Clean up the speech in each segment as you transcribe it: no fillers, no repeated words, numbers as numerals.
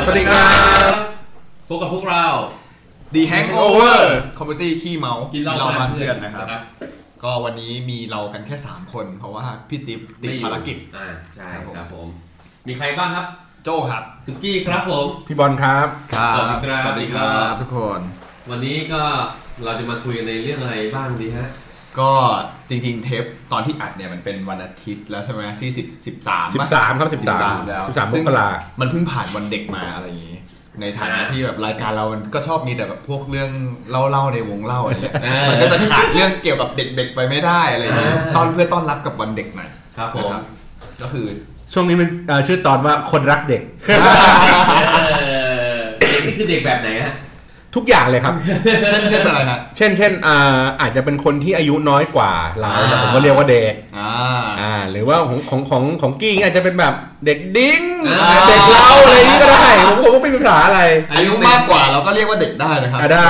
สวัสดีครับพบกับพวกเรา The Hangover Community ขี้เมากินเหล้ามาเพื่อนนะครับก็วันนี้มีเรากันแค่3คนเพราะว่าพี่ติ๊บติดภารกิจใช่ครับผมมีใครบ้างครับโจ้ครับสุกี้ครับผมพี่บอลครับสวัสดีครับสวัสดีครับทุกคนวันนี้ก็เราจะมาคุยกันในเรื่องอะไรบ้างดีฮะก็จริงๆเทปตอนที่อัดเนี่ยมันเป็นวันอาทิตย์แล้วใช่ไหมที่13 ครับ13 แล้ว 13 มกราคมมันเพิ่งผ่านวันเด็กมาอะไรอย่างงี้ในฐานะที่แบบรายการเราก็ชอบมีแต่แบบพวกเรื่องเล่าในวงเล่าอะไรเงี้ยมันก็จะขาดเรื่องเกี่ยวกับเด็กๆไปไม่ได้อะไรอย่างเงี้ยเพื่อต้อนรับกับวันเด็กหน่อยครับผมก็คือช่วงนี้มันชื่อตอนว่าคนรักเด็กนี่คือเด็กแบบไหนฮะทุกอย่างเลยครับเช่นอะไรฮะเช่นอาจจะเป็นคนที่อายุน้อยกว่าเราแต่ผมก็เรียกว่าเด็กหรือว่าของกี้อาจจะเป็นแบบเด็กดิ้งเด็กเล่าอะไรนี้ก็ได้ผมก็ไม่มีปัญหาอะไรอายุมากกว่าเราก็เรียกว่าเด็กได้นะครับได้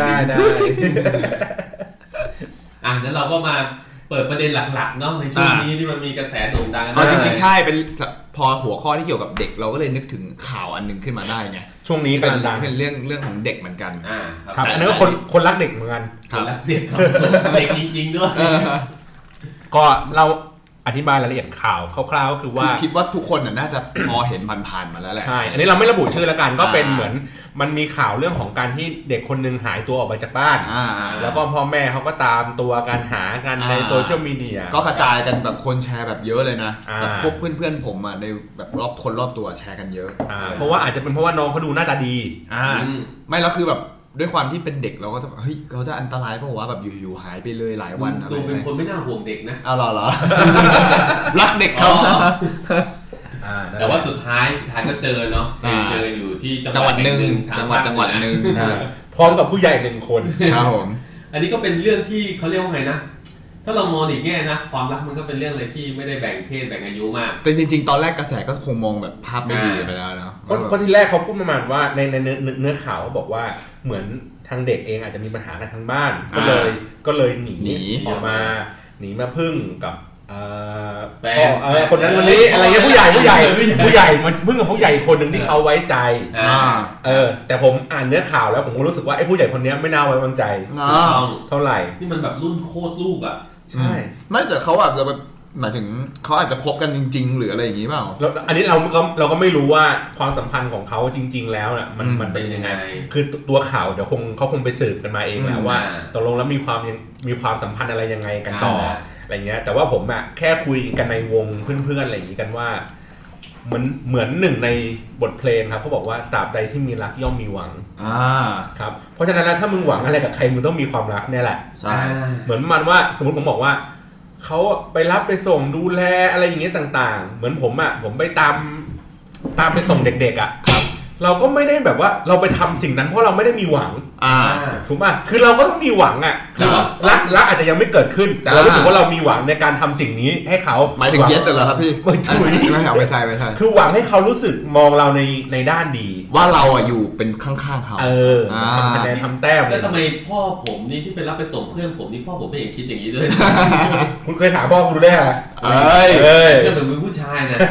แล้วเราก็มาเปิดประเด็นหลักๆเนาะในช่วงนี้ที่มันมีกระแสโด่งดังจริงๆใช่เป็นพอหัวข้อที่เกี่ยวกับเด็กเราก็เลยนึกถึงข่าวอันนึงขึ้นมาได้ไงช่วงนี้กำลังดังเป็นเรื่องของเด็กเหมือนกันครับอันนี้ก็คนรักเด็กเหมือนกันคนรักเด็กเด็กจริงๆด้วยก็เราอธิบายรายละเอียดข่าวคร่าวๆก็คือว่าคิดว่าทุกคนน่าจะพอเห็นผ่านๆมาแล้วแหละใช่อันนี้เราไม่ระบุชื่อแล้วกันก็เป็นเหมือนมันมีข่าวเรื่องของการที่เด็กคนนึงหายตัวออกไปจากบ้านแล้วก็พ่อแม่เขาก็ตามตัวกันหากันในโซเชียลมีเดียก็กระจายกันแบบคนแชร์แบบเยอะเลยนะแบบพวกเพื่อนๆผมในแบบคนรอบตัวแชร์กันเยอะเพราะว่าอาจจะเป็นเพราะว่าน้องเขาดูหน้าตาดีไม่แล้วคือแบบด้วยความที่เป็นเด็กเราก็จะเฮ้ยเขาจะอันตรายเพราะว่าแบบอยู่ๆหายไปเลยหลายวันดูเป็นคนไม่น่าห่วงเด็กนะเหรอรักเด็กเขาแต่ว่าสุดท้ายก็เจอเนาะเจออยู่ที่จังหวัดหนึ่งจังหวัดหนึ่งพร้อมกับผู้ใหญ่1 คนครับผมอันนี้ก็เป็นเรื่องที่เขาเรียกว่าไงนะถ้าเรามองอีกแง่นะความรักมันก็เป็นเรื่องอะไรที่ไม่ได้แบ่งเพศแบ่งอายุมากแต่จริงๆตอนแรกกระแสก็คงมองแบบภาพไม่ดีไปแล้วเนาะเพราะที่แรกเขาพูดประมาณว่าในเนื้อข่าวเขาบอกว่าเหมือนทางเด็กเองอาจจะมีปัญหากันทางบ้านก็เลยหนีออกมาหนีมาพึ่งกับแฟนคนนั้นวันนี้อะไรเงี้ยผู้ใหญ่มันพึ่งกับผู้ใหญ่คนหนึ่งที่เขาไว้ใจแต่ผมอ่านเนื้อข่าวแล้วผมก็รู้สึกว่าไอ้ผู้ใหญ่คนนี้ไม่น่าไว้วางใจเท่าไหร่ที่มันแบบรุ่นโคตรลูกอ่ะใช่ไม่แต่เขาอาจจะหมายถึงเขาอาจจะคบกันจริงๆหรืออะไรอย่างนี้เปล่าแล้วอันนี้เราก็ไม่รู้ว่าความสัมพันธ์ของเขาจริงๆแล้วน่ะมันเป็นยังไงคือตัวข่าวเดี๋ยวเขาคงไปสืบกันมาเองแล้วว่าตกลงแล้วมีความสัมพันธ์อะไรยังไงกันต่ออะไรเงี้ยแต่ว่าผมอะแค่คุยกันในวงเพื่อนๆอะไรอย่างนี้กันว่าเหมือนหนึ่งในบทเพลงครับเขาบอกว่าตราบใดที่มีรักย่อมมีหวังครับเพราะฉะนั้นถ้ามึงหวังอะไรกับใครมึงต้องมีความรักเนี่ยแหละใช่เหมือนมันว่าสมมติผมบอกว่าเขาไปรับไปส่งดูแลอะไรอย่างเงี้ยต่างๆเหมือนผมไปตามไปส่งเด็กๆเราก็ไม่ได้แบบว่าเราไปทำสิ่งนั้นเพราะเราไม่ได้มีหวังถูกป่ะคือเราก็ต้องมีหวังคือรักอาจจะยังไม่เกิดขึ้นแต่เรารู้สึกว่าเรามีหวังในการทำสิ่งนี้ให้เขาหมายถึงเย็ดเหรอครับพี่ไม่ใช่ไม่ใช่คือหวังให้เขารู้สึกมองเราในด้านดีว่าเราอยู่เป็นข้างๆเขาทำคะแนนทำแต้มแล้วทำไมพ่อผมนี่ที่ไปรับไปส่งเพื่อนผมนี่พ่อผมไม่เห็นคิดอย่างนี้ด้วยคุณเคยถามพ่อคุณได้ไหมก็เหมือนมึงผู้ชายนะ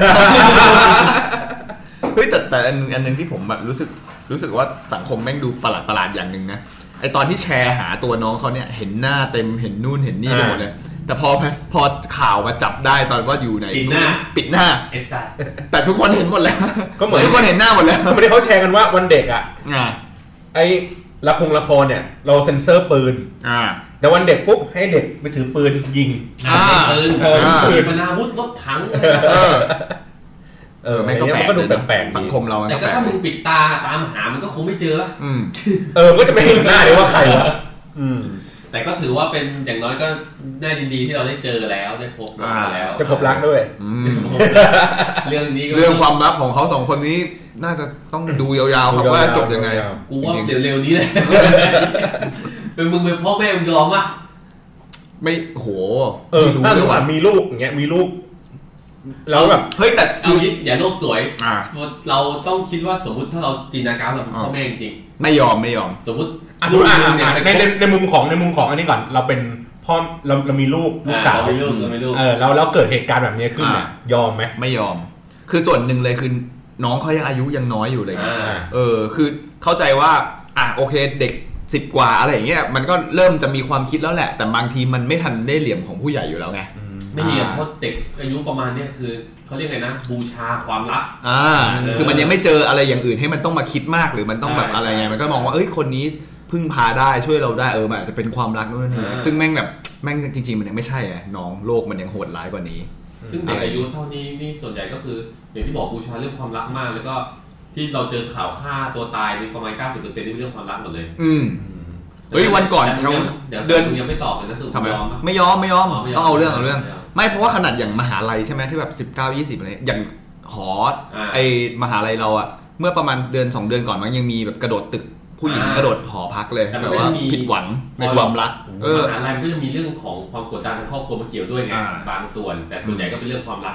เฮ้ยแต่อันนึงที่ผมแบบรู้สึกว่าสังคมแม่งดูประหลาดอย่างนึงนะไอตอนที่แชร์หาตัวน้องเขาเนี่ยเห็นหน้าเต็มเห็นนู่นเห็นนี่ไปหมดเลยแต่พอข่าวมาจับได้ตอนว่าอยู่ในปิดหน้าไอ้สัสแต่ทุกคนเห็นหมดแล้วก็เหมือนทุกคนเห็นหน้าหมดแล้วไม่ได้เขาแชร์กันว่าวันเด็กไอละครเนี่ยเราเซ็นเซอร์ปืนแต่วันเด็กปุ๊บให้เด็กไปถือปืนยิงปืนมันอาวุธรถถังมันก็ดูแปลกๆสังคมเราแต่ก็ถ้ามึงปิดตาตามหามันก็คงไม่เจอก็จะไม่เห็นหน้าเลยว่าใครวะแต่ก็ถือว่าเป็นอย่างน้อยก็น่ายินดีที่เราได้เจอแล้วได้พบแล้วได้พบรักด้วยเรื่องนี้เรื่องความรักของเขา2 คนนี้น่าจะต้องดูยาวๆครับว่าจบยังไงกูว่าเร็วๆนี้เลยเป็นมึงเป็นพ่อแม่มึงยอมป่ะไม่โหถ้าสมมติมีลูกอย่างเงี้ยมีลูกเราแบบเฮ้ยแต่อย่าโลกสวยเราต้องคิดว่าสมมติถ้าเราจินตนาการแบบพ่อแม่จริงไม่ยอมสมมติในมุมของอันนี้ก่อนเราเป็นพ่อเรามีลูกสาวมีลูกแล้วเกิดเหตุการณ์แบบนี้ขึ้นเนี่ยยอมไหมไม่ยอมคือส่วนหนึ่งเลยคือน้องเขายังอายุยังน้อยอยู่เลยคือเข้าใจว่าโอเคเด็ก10 กว่าอะไรอย่างเงี้ยมันก็เริ่มจะมีความคิดแล้วแหละแต่บางทีมันไม่ทันได้เหลี่ยมของผู้ใหญ่อยู่แล้วไงไม่เหลี่ยมเพราะเด็กอายุประมาณเนี้ยคือเขาเรียกไงนะบูชาความรักคือมันยังไม่เจออะไรอย่างอื่นให้มันต้องมาคิดมากหรือมันต้องแบบอะไรไงมันก็มองว่าคนนี้พึ่งพาได้ช่วยเราได้มันอาจจะเป็นความรักนู่นนี่ซึ่งแม่งจริงๆมันยังไม่ใช่ไงน้องโลกมันยังโหดร้ายกว่านี้ซึ่งเด็กอายุเท่านี้นี่ส่วนใหญ่ก็คืออย่างที่บอกบูชาเรื่องความรักมากแล้วก็ที่เราเจอข่าวฆ่าตัวตายนี่ประมาณ 90% นี่เป็นเรื่องความรักหมดเลยวันก่อนเดือนยังไม่ตอบเลยนะสุดไม่ยอมต้องเอาเรื่องไม่เพราะว่าขนาดอย่างมหาลัยใช่ไหมที่แบบ19-20อะไรอย่างหอไอมหาลัยเราอะเมื่อประมาณเดือน2 เดือนก่อนมันยังมีแบบกระโดดตึกผู้หญิงกระโดดหอพักเลยแบบว่าผิดหวังในความรักมหาลัยมันก็จะมีเรื่องของความกดดันทางครอบครัวมาเกี่ยวด้วยไงบางส่วนแต่ส่วนใหญ่ก็เป็นเรื่องความรัก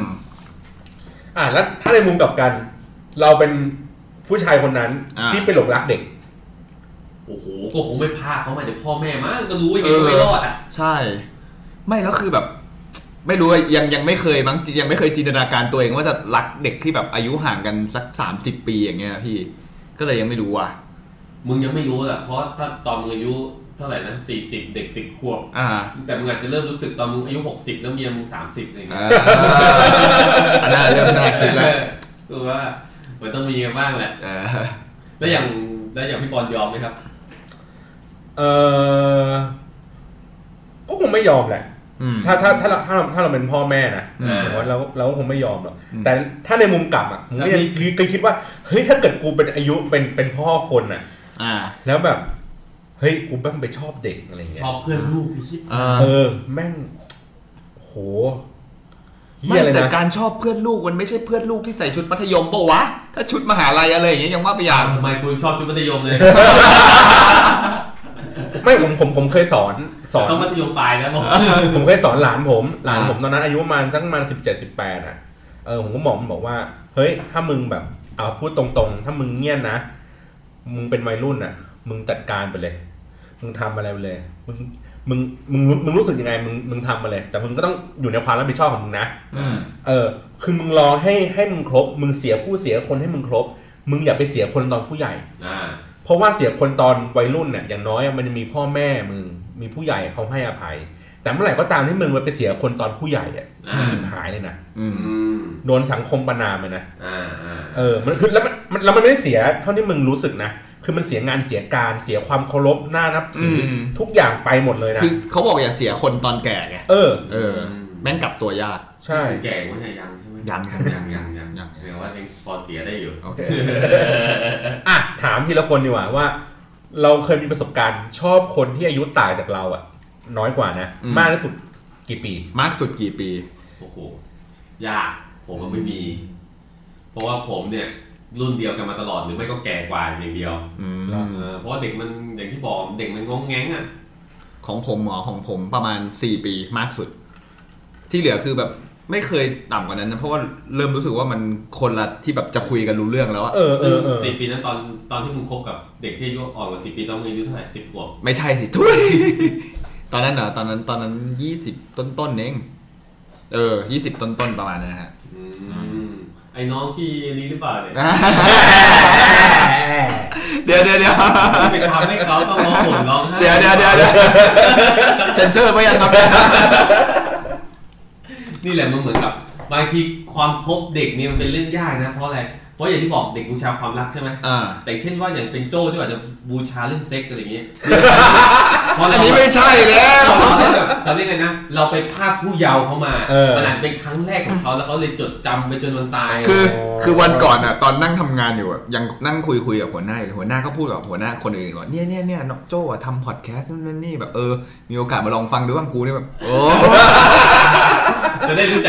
แล้วถ้าในมุมกลับกันเราเป็นผู้ชายคนนั้นที่ไปหลงรักเด็กโอ้โหก็คงไม่พลาดเขามาจากพ่อแม่มั้งก็รู้ยังไงก็ไม่รอดใช่ไม่แล้วคือแบบไม่รู้ยังไม่เคยมั้งยังไม่เคยจินตนาการตัวเองว่าจะรักเด็กที่แบบอายุห่างกันสัก30 ปีอย่างเงี้ยพี่ก็เลยยังไม่รู้ว่ะมึงยังไม่รู้แหละเพราะถ้าตอนมึงอายุเท่าไหร่นะ40เด็ก10 ขวบแต่มึงอาจจะเริ่มรู้สึกตอนมึงอายุ60แล้วเมียมึง30อะไรเงี้ยอันนั้นเริ่มน่าคิดแล้วคือว่ามันต้องมีกันบ้างแหละแล้วอย่างพี่บอลยอมไหมครับก็คงไม่ยอมแหละถ้าเราเป็นพ่อแม่นะผมว่าเราก็คงไม่ยอมหรอกแต่ถ้าในมุมกลับผมก็ยังเคยคิดว่าเฮ้ยถ้าเกิดกูเป็นอายุเป็นพ่อคนแล้วแบบเฮ้ยกูแม่งไปชอบเด็กอะไรเงี้ยชอบเพื่อนลูกพี่ชิบแม่งโหไม่แต่การชอบเพื่อนลูกมันไม่ใช่เพื่อนลูกที่ใส่ชุดมัธยมป่ะวะถ้าชุดมหาลัยอะไรอย่างเงี้ยยังว่าไปอย่างทำไมกูชอบชุดมัธยมเลยไม่ผมเคยสอนต้องมัธยมปลายนะผมเคยสอนหลานผมตอนนั้นอายุประมาณสักประมาณ17-18ผมก็บอกว่าเฮ้ยถ้ามึงแบบพูดตรงๆถ้ามึงเงียบนะมึงเป็นวัยรุ่นมึงจัดการไปเลยมึงทำอะไรไปเลยมึงรู้สึกยังไงมึงทำมาเลยแต่มึงก็ต้องอยู่ในความรับผิดชอบของมึงนะคือมึงรอให้มึงครบมึงเสียผู้เสียคนให้มึงครบมึงอย่าไปเสียคนตอนผู้ใหญ่เพราะว่าเสียคนตอนวัยรุ่นเนี่ยอย่างน้อยมันจะมีพ่อแม่มึงมีผู้ใหญ่เขาให้อภัยแต่เมื่อไหร่ก็ตามที่มึงไปเสียคนตอนผู้ใหญ่ชิบหายเลยนะโดนสังคมประณามเลยนะมันคือแล้วมันไม่ได้เสียเท่าที่มึงรู้สึกนะคือมันเสียงานเสียการเสียความเคารพหน้านับถือทุกอย่างไปหมดเลยนะคือเขาบอกอย่าเสียคนตอนแก่ไงแม่งกลับตัวยากใช่แก่ว่ายังใช่ไหมยังแปลว่ายังพอเสียได้อยู่ถามทีละคนดีกว่าเราเคยมีประสบการณ์ชอบคนที่อายุต่างจากเราน้อยกว่านะมากที่สุดกี่ปีมากสุดกี่ปีโอ้โหยากผมมันไม่มีเพราะว่าผมเนี่ยรุ่นเดียวกันมาตลอดหรือไม่ก็แก่กว่าอย่างเดียวเพราะว่าเด็กมันอย่างที่บอกเด็กมันงงแงงของผมประมาณ4 ปีมากสุดที่เหลือคือแบบไม่เคยต่ำกว่านั้นนะเพราะว่าเริ่มรู้สึกว่ามันคนละที่แบบจะคุยกันรู้เรื่องแล้วซึ่ง4 ปีนั้นตอนที่มึงคบกับเด็กที่อายุอ่อนกว่า4 ปีตอนมึงอายุเท่าไหร่10 ขวบไม่ใช่สิทุยตอนนั้นเหรอตอนนั้น20ต้นเอง20ต้นประมาณนั้นนะฮะไอ้น้องที่นี้หรือเปล่าเนี่ยเดี๋ยวไปทำให้เขาต้องร้องห่มร้องไห้เดี๋ยวเซนเซอร์ไม่ยังครับนี่แหละมันเหมือนกับบางทีความคบเด็กนี่มันเป็นเรื่องยากนะเพราะอะไรเพราะอย่างที่บอกเด็กบูชาความรักใช่ไหมแต่เช่นว่าอย่างเป็นโจ้ที่อาจจะบูชาเรื่องเซ็กอะไรอย่างเงี้ยอันนี้ไม่ใช่แล้วเขาเรียกไงนะเราไปพากผู้เยาว์เขามามันอาจเป็นครั้งแรกของเขาแล้วเขาเลยจดจำไปจนวันตายคือวันก่อนตอนนั่งทำงานอยู่ยังนั่งคุยกับหัวหน้าก็พูดกับหัวหน้าคนอื่นว่าเนี่ยน้องโจ้ทำพอดแคสต์นั่นนี่แบบมีโอกาสมาลองฟังดูบ้างกูเนี่ยแบบโอ้จะได้รู้จัก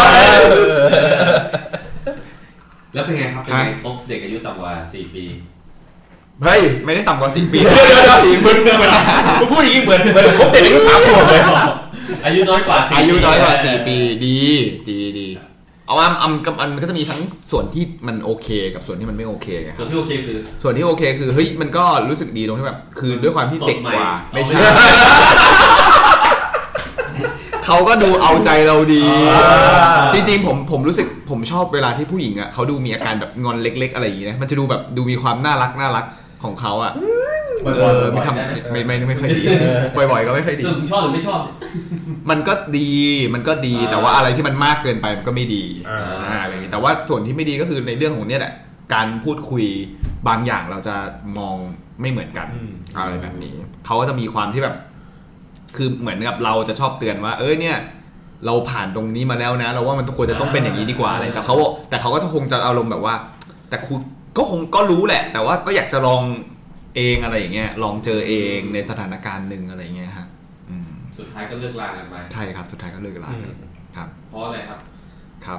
แล้วเป็นไงครับเป็นไงคบเด็กอายุต่ำกว่า4 ปีเฮ้ยไม่ได้ต่ำกว่า10 ปีมึงพูดอย่างนี้เหมือนคบเด็กอายุ3 ขวบเลยอายุน้อยกว่า 4 ปีดีเอามันก็จะมีทั้งส่วนที่มันโอเคกับส่วนที่มันไม่โอเคไงส่วนที่โอเคคือเฮ้ยมันก็รู้สึกดีตรงที่แบบคือด้วยความที่เด็กกว่าไม่ใช่เขาก็ดูเอาใจเราดีจริงๆผมรู้สึกผมชอบเวลาที่ผู้หญิงอ่ะเขาดูมีอาการแบบงอนเล็กๆอะไรอย่างงี้นะมันจะดูแบบดูมีความน่ารักของเขาอ่ะไม่ทำไม่ค่อยดีบ่อยๆก็ไม่ค่อยดีชอบหรือไม่ชอบมันก็ดีแต่ว่าอะไรที่มันมากเกินไปมันก็ไม่ดีอะไรอย่างนี้แต่ว่าส่วนที่ไม่ดีก็คือในเรื่องของเนี่ยแหละการพูดคุยบางอย่างเราจะมองไม่เหมือนกันอะไรแบบนี้เขาก็จะมีความที่แบบคือเหมือนกับเราจะชอบเตือนว่าเนี่ยเราผ่านตรงนี้มาแล้วนะเราว่ามันควรจะต้องเป็นอย่างนี้ดีกว่าอะไรแต่เขาก็คงจะอารมณ์แบบว่าแต่คุณก็คงก็รู้แหละแต่ว่าก็อยากจะลองเองอะไรอย่างเงี้ยลองเจอเองในสถานการณ์หนึ่งอะไรอย่างเงี้ยฮะสุดท้ายก็เลิกลากันไปใช่ครับสุดท้ายก็เลิกลากันครับเพราะอะไรครับ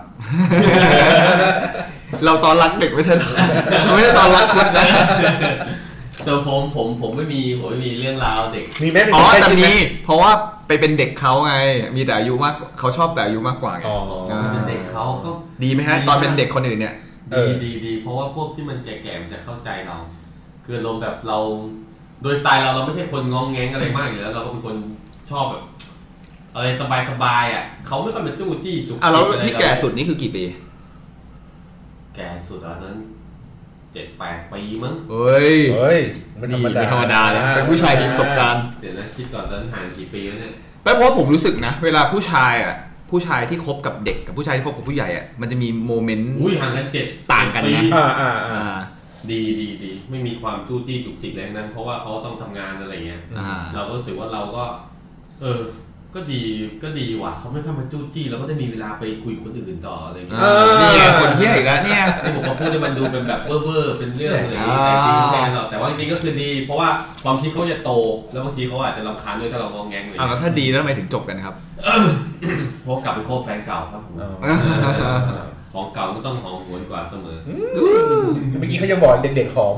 เราตอนรักเด็กไม่ใช่หรอไม่ใช่ตอนรักคุณนะส่วนผมไม่มีเรื่องราวเด็กมีไหมแต่มีเพราะว่าไปเป็นเด็กเขาไงมีแต่อายุมากเขาชอบแต่อายุมากกว่าไงเป็นเด็กเขาก็ดีไหมฮะตอนเป็นเด็กคนอื่นเนี่ยดีเพราะว่าพวกที่มันแก่ๆมันจะเข้าใจเราคือลมแบบเราโดยสไตล์เราไม่ใช่คนงองแงงอะไรมากอยู่แล้วเราก็เป็นคนชอบแบบอะไรสบายๆอ่ะเขาไม่ค่อยมาจู้จี้จุกจิกแล้วที่แก่สุดนี่คือกี่ปีแก่สุดอันนั้น 7-8 ปีมั้งเฮ้ยไม่ธรรมดาเลยเป็นผู้ชายมีประสบการณ์เดี๋ยวนะคิดก่อนตอนห่างกี่ปีแล้วเนี่ยเพราะว่าผมรู้สึกนะเวลาผู้ชายที่คบกับเด็กกับผู้ชายที่คบกับผู้ใหญ่อ่ะมันจะมีโมเมนต์ห่างกันต่างกันนะดีไม่มีความจู้จี้จุกจิกอะไรนั้นเพราะว่าเขาต้องทำงานอะไรเงี้ยเราก็รู้สึกว่าเราก็ก็ดีว่ะเขาไม่เข้ามาจู้จี้เราก็ได้มีเวลาไปคุยคนอื่นต่ออะไรเงี้ยนี่คนเที่ยวอีกแล้วเนี่ยไอ้ผมก็พูดให้มันดูเป็นแบบเว่อร์เป็นเรื่องอะไรอย่างเงี้ยแต่จริงๆใช่หรอกแต่ว่าจริงๆก็คือดีเพราะว่าความคิดเขาจะโตแล้วบางทีเขาอาจจะรำคาญด้วยถ้าเรางองแงงเลยแล้วถ้าดีแล้วทำไมถึงจบกันครับเพราะกลับไปคบแฟนเก่าครับผมของเก่าก็ต้องหอมหวนกว่าเสมอเมื่อกี้เขายังบอกเด็กๆหอม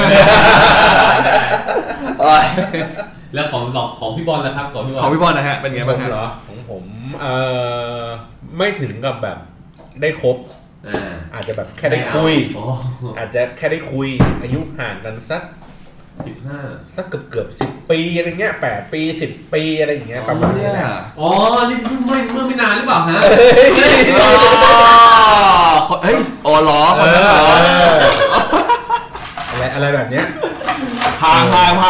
แล้วของพี่บอลนะครับของพี่บอลนะฮะเป็นไงบ้างเหรอของผมไม่ถึงกับแบบได้คบอาจจะแบบแค่ได้คุยอาจจะแค่ได้คุยอายุห่างกันสัก 15 สักเกือบ10 ปีอะไรเงี้ย8 ปี10 ปีอะไรอย่างเงี้ยประมาณนี้แหละนี่เมื่อไม่นานหรือเปล่าฮะเฮ้ยล้อคนนั้นอะไรแบบเนี้ยพาง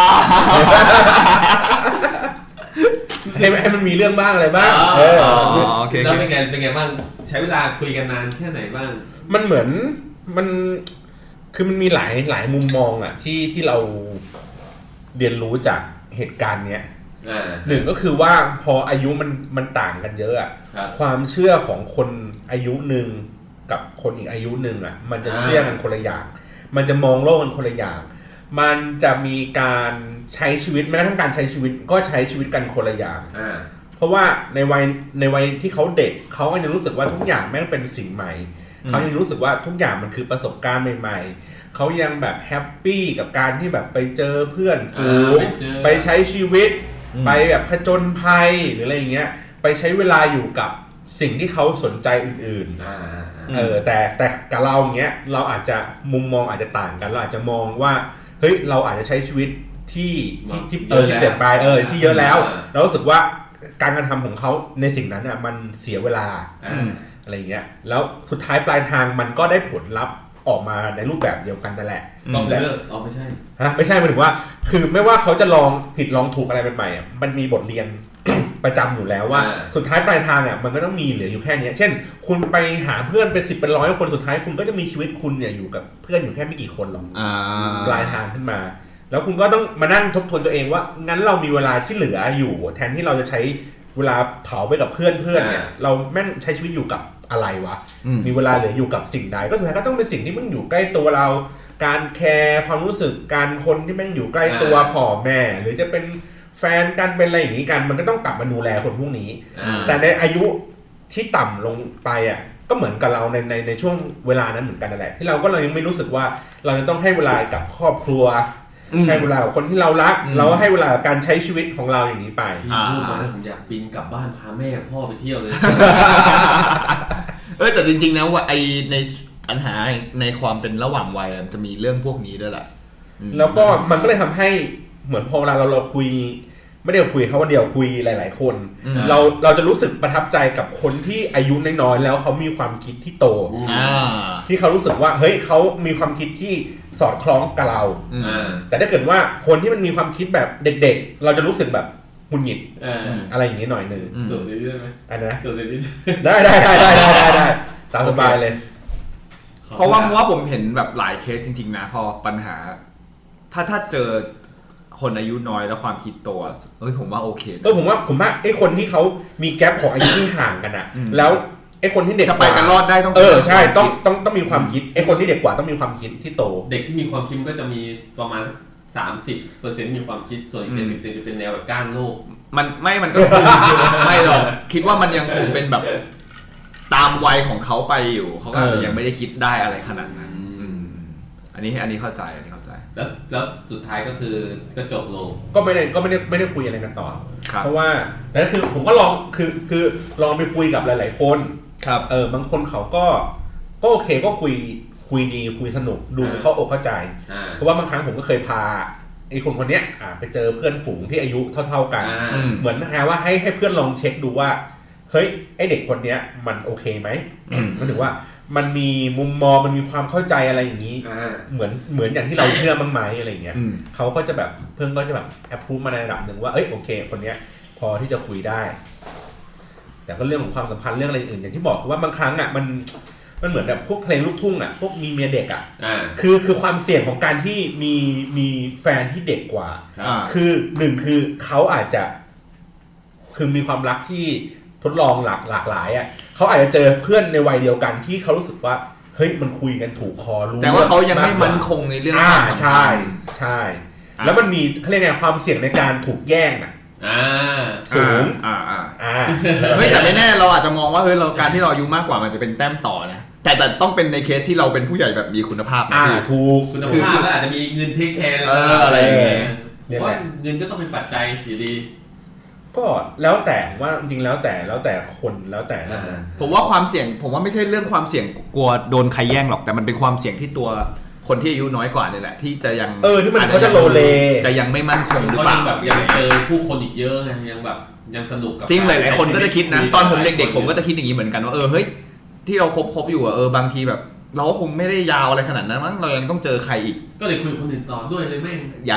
ให้มันมีเรื่องบ้างอะไรบ้างโอเคแล้วเป็นไงบ้างใช้เวลาคุยกันนานแค่ไหนบ้างมันเหมือนมันคือมันมีหลายมุมมองอ่ะที่เราเรียนรู้จากเหตุการณ์เนี้ยหนึ่งก็คือว่าพออายุมันต่างกันเยอะอ่ะความเชื่อของคนอายุหนึ่งกับคนอีกอายุหนึ่งอ่ะมันจะเชื่อกันคนละอย่างมันจะมองโลกกันคนละอย่างมันจะมีการใช้ชีวิตแม้กระทั่งการใช้ชีวิตก็ใช้ชีวิตกันคนละอย่างเพราะว่าในวัยที่เขาเด็กเขาก็ยังรู้สึกว่าทุกอย่างแม่งเป็นสิ่งใหม่เขายังรู้สึกว่าทุกอย่างมันคือประสบการณ์ใหม่ๆเขายังแบบแฮปปี้กับการที่แบบไปเจอเพื่อนฝูงไปใช้ชีวิตไปแบบผจญภัยหรืออะไรอย่างเงี้ยไปใช้เวลาอยู่กับสิ่งที่เขาสนใจอื่นๆแต่กับเราอย่างเงี้ยเราอาจจะมุมมองอาจจะต่างกันเราอาจจะมองว่าเฮ้ยเราอาจจะใช้ชีวิตที่เปลี่ยนไปที่เยอะแล้วเรารู้สึกว่าการกระทำของเขาในสิ่งนั้นอ่ะมันเสียเวลาอะไรเงี้ยแล้วสุดท้ายปลายทางมันก็ได้ผลลัพธ์ออกมาในรูปแบบเดียวกันนั่นแหละต้องเลิกไม่ใช่ไม่ใช่หมายถึงว่าคือไม่ว่าเขาจะลองผิดลองถูกอะไรใหม่ๆมันมีบทเรียนประจำอยู่แล้วว่าสุดท้ายปลายทางอ่ะมันก็ต้องมีเหลืออยู่แค่นี้เช่นคุณไปหาเพื่อนเป็น10เป็น100คนสุดท้ายคุณก็จะมีชีวิตคุณเนี่ยอยู่กับเพื่อนอยู่แค่ไม่กี่คนหรอกปลายทางขึ้นมาแล้วคุณก็ต้องมานั่งทบทวนตัวเองว่างั้นเรามีเวลาที่เหลืออยู่แทนที่เราจะใช้เวลาเผาไปกับเพื่อนเนี่ยเราแม่งใช้ชีวิตอยู่กับอะไรวะมีเวลาเหลืออยู่กับสิ่งใดก็สุดท้ายก็ต้องเป็นสิ่งที่มันอยู่ใกล้ตัวเราการแคร์ความรู้สึกการคนที่แม่งอยู่ใกล้ตัวพ่อแม่หรือจะเป็นแฟนกันเป็นอะไรอย่างนี้กันมันก็ต้องกลับมาดูแลคนพวกนี้แต่ในอายุที่ต่ำลงไปอ่ะก็เหมือนกับเราในช่วงเวลานั้นเหมือนกันนั่นแหละที่เราก็เรายังไม่รู้สึกว่าเราจะต้องให้เวลากับครอบครัวให้เวลากับคนที่เรารักเราให้เวลาการใช้ชีวิตของเราอย่างนี้ไปพูดมาผมอยากบินกลับบ้านพาแม่พ่อไปเที่ยวเลยแต่จริงๆนะว่าไอในปัญหาในความเป็นระหว่างวัยจะมีเรื่องพวกนี้ด้วยแหละแล้วก็มันก็เลยทำให้เหมือนพอเวลาเราคุยไม่ได้คุยเขาคนเดียวคุยหลายๆคนเราจะรู้สึกประทับใจกับคนที่อายุน้อยๆแล้วเขามีความคิดที่โตที่เขารู้สึกว่าเฮ้ยเขามีความคิดที่สอดคล้องกับเราแต่ถ้าเกิดว่าคนที่มันมีความคิดแบบเด็กๆเราจะรู้สึกแบบหงุดหงิดอะไรอย่างนี้หน่อยนึงส่วนนี้ได้ไหมอันนั้นส่วนนี้ได้ตามสบายเลยเพราะว่าผมเห็นแบบหลายเคสจริงๆนะพอปัญหาถ้าเจอคนอายุน้อยแล้วความคิดโตผมว่าโอเคผมว่าไอ้คนที่เขามีแกปของอายุที่ห่างกันอะแล้วไอ้คนที่เด็กจะไปกันรอดได้ต้องใช่ต้องมีความคิดไอ้คนที่เด็กกว่าต้องมีความคิดที่โตเด็กที่มีความคิดก็จะมีประมาณ30%มีความคิดส่วนอีก 70% จะเป็นแนวแบบก้านโลกมันก็ไม่หรอกคิดว่ามันยังคงเป็นแบบตามวัยของเขาไปอยู่เขาก็ยังไม่ได้คิดได้อะไรขนาดนั้นอันนี้เข้าใจแล้วสุดท้ายก็คือก็จบลงก็ไม่ได้คุยอะไรกันต่อเพราะว่าแต่คือผมก็ลองคือลองไปคุยกับหลายๆคนครับบางคนเขาก็โอเคก็คุยดีคุยสนุกดูเข้าอกเข้าใจเพราะว่าบางครั้งผมก็เคยพาไอ้คนเนี้ยไปเจอเพื่อนฝูงที่อายุเท่าๆกันเหมือนแค่ว่าให้เพื่อนลองเช็คดูว่าเฮ้ยไอ้เด็กคนเนี้ยมันโอเคไหมมันถือว่ามันมีมุมมองมันมีความเข้าใจอะไรอย่างนี้เหมือนอย่างที่เราเชื่อมั้งไหมอะไรเงี้ยเขาก็จะแบบเพื่อนก็จะแบบแอปพูดมาในระดับหนึ่งว่าโอเคคนเนี้ยพอที่จะคุยได้แต่ก็เรื่องของความสัมพันธ์เรื่องอะไรอื่นอย่างที่บอกคือว่าบางครั้งมันเหมือนแบบพวกเพลงลูกทุ่งพวกมีเมียเด็กคือความเสี่ยงของการที่มีแฟนที่เด็กกว่าคือหนึ่งคือเขาอาจจะคือมีความรักที่ทดลองหลากหลายเขาอาจจะเจอเพื่อนในวัยเดียวกันที่เขารู้สึกว่าเฮ้ยมันคุยกันถูกคอรู้แต่ว่าเขายังไม่มั่นคงในเรื่องใช่แล้วมันมีเขาเรียกไงความเสี่ยงในการถูกแย่งสูงไม่แต่ไม่แน่เราอาจจะมองว่าเราการที่เราอายุมากกว่ามันจะเป็นแต้มต่อนะแต่ต้องเป็นในเคสที่เราเป็นผู้ใหญ่แบบมีคุณภาพถูกคุณภาพแล้วอาจจะมีเงินเทคแคร์อะไรอย่างเงี้ยผมว่าเงินก็ต้องเป็นปัจจัยอยู่ดีก็แล้วแต่ว่าจริงแล้วแต่คนแล้วแต่นั่นนะผมว่าความเสี่ยงผมว่าไม่ใช่เรื่องความเสี่ยงกลัวโดนใครแย่งหรอกแต่มันเป็นความเสี่ยงที่ตัวคนที่อายุน้อยกว่านี่แหละที่จะยังที่มันเขาจะโลเลจะยังไม่มั่นคงหรือเปล่าแบบยังเจอผู้คนอีกเยอะไงยังแบบยังสนุกกับจริงหลายๆคนก็จะคิดนะตอนผมเด็กๆผมก็จะคิดอย่างนี้เหมือนกันว่าเฮ้ยที่เราคบอยู่บางทีแบบเราคงไม่ได้ยาวอะไรขนาดนั้นมั้งเรายังต้องเจอใครอีกก็เลยคุยคนอื่นต่อด้วยเลยแม่งยัง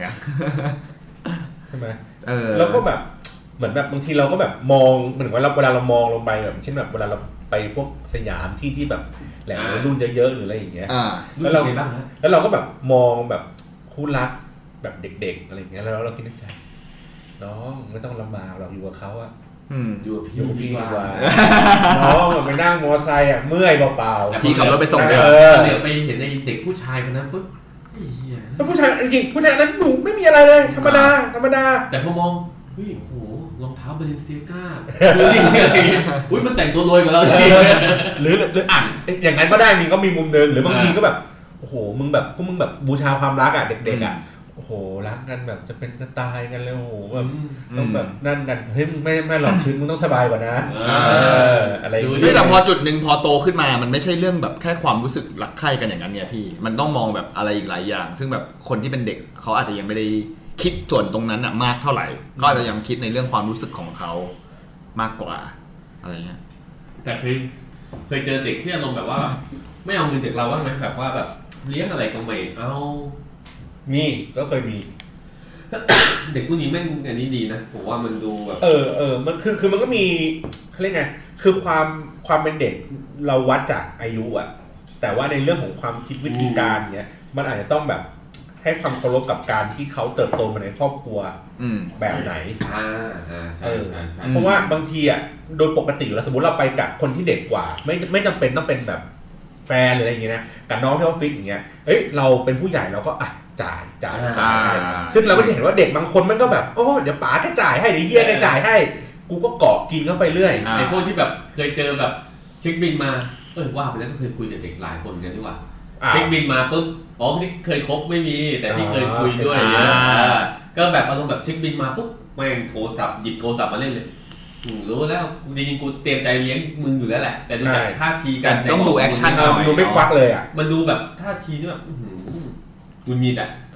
ใช่ไหมแล้วก็แบบเหมือนแบบบางทีเราก็แบบมองเหมือนว่าเวลาเรามองลงไปแบบเช่นแบบเวลาเราไปพวกสยามที่แบบแหล่งวัยรุ่นเยอะๆหรืออะไรอย่างเงี้ยแล้วเราก็แบบมองแบบคู่รักแบบเด็กๆอะไรอย่างเงี้ยแล้วเราคิดในใจน้องไม่ต้องลำบากเราอยู่กับเขาอยู่กับพี่ดีกว่าน้องไปนั่งมอไซค์เมื่อยเปล่าๆพี่ขับรถไปส่งเดี๋ยวไปเห็นในเด็กผู้ชายคนนั้นปุ๊บแล้วผู้ชายจริงๆผู้ชายนั้นหนูไม่มีอะไรเลยธรรมดาแต่พอมองเฮ้ยโหรองเท้าบาเลนเซียก้าอุ้ยมันแต่งตัวรวยกว่าเราหรืออย่างนั้นก็ได้ก็มีมุมเดินหรือบางทีก็แบบโอ้โหมึงแบบบูชาความรักเด็กๆโอ้โหรักกันแบบจะเป็นจะตายกันเลยโอ้โหแบบต้องแบบนั่นกันเฮ้ยไม่หรอกชีวิตมึงต้องสบายกว่านะอะไรนี่แต่พอจุดนึงพอโตขึ้นมามันไม่ใช่เรื่องแบบแค่ความรู้สึกรักใคร่กันอย่างนั้นเนี่ยพี่มันต้องมองแบบอะไรอีกหลายอย่างซึ่งแบบคนที่เป็นเด็กเขาอาจจะยังไม่ได้คิดส่วนตรงนั้นมากเท่าไหร่ก็อาจจะยังคิดในเรื่องความรู้สึกของเขามากกว่าอะไรเงี้ยแต่เคยเจอเด็กที่อารมณ์แบบว่าไม่เอาเงินจากเราบ้างไหมแบบว่าแบบเลี้ยงอะไรก็ไม่เอามีก็เคยมีเด็กผู้นี้แม่งอันนี้ดีนะผมว่ามันดูแบบมันคือมันก็มีเขาเรียกไงคือความเป็นเด็กเราวัดจากอายุแต่ว่าในเรื่องของความคิดวิธีการเนี้ยมันอาจจะต้องแบบให้ความเคารพกับการที่เขาเติบโตมาในครอบครัวแบบไหนใช่เพราะว่าบางทีโดยปกติอยู่แล้วสมมติเราไปกับคนที่เด็กกว่าไม่จำเป็นต้องเป็นแบบแฟนหรืออะไรอย่างเงี้ยนะกับน้องที่ออฟฟิศอย่างเงี้ยเราเป็นผู้ใหญ่เราก็จ่ายซึ่งเราก็จะเห็นว่าเด็กบางคนมันก็แบบโอ้เดี๋ยวป๋าก็จ่ายให้เดี๋ยวเฮียก็จ่ายให้กูก็เกาะกินเข้าไปเรื่อยในพวกที่แบบเคยเจอแบบเช็คบินมาว่าไปแล้วก็เคยคุยกับเด็กหลายคนกันที่ว่าเช็คบินมาปุ๊บที่เคยคบไม่มีแต่ที่เคยคุยด้วยก็แบบอารมณ์แบบเช็คบินมาปุ๊บแม่งโทรศัพท์หยิบโทรศัพท์มาเล่นเลยรู้แล้วจริงๆกูเตรียมใจเลี้ยงมึงอยู่แล้วแหละแต่ดูจากท่าทีการต้องดูแอคชั่นดูไม่ควักเลยมันดูแบบท่าทีนี่แบบกูมีแต่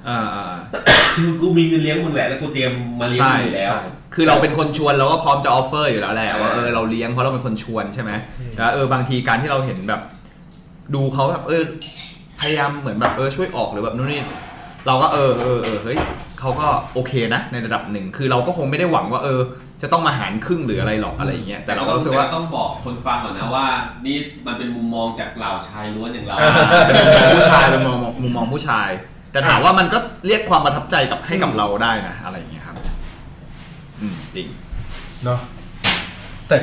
คือกูมีเงินเลี้ยงมึงแหละแล้วกูเตรียมมาเลี้ยงมึงอยู่แล้วคือเราเป็นคนชวนเราก็พร้อมจะออฟเฟอร์อยู่แล้วแหละว่าเราเลี้ยงเพราะเราเป็นคนชวนใช่ไหมแล้วบางทีการที่เราเห็นแบบดูเขาแบบพยายามเหมือนแบบช่วยออกหรือแบบนู่นนี่เราก็เฮ้ยเขาก็โอเคนะในระดับหนึ่งคือเราก็คงไม่ได้หวังว่าจะต้องมาหารครึ่งหรืออะไรหรอกอะไรอย่างเงี้ยแต่เราก็รู้สึกว่าต้องบอกคนฟังก่อนนะว่านี่มันเป็นมุมมองจากเหล่าชายล้วนอย่างเราเป็นมุมมองผู้ชายเป็นมุมมองผู้ชายแต่ถามว่ามันก็เรียกความประทับใจให้กับเราได้นะอะไรอย่างเงี้ยครับจริงเนาะแต่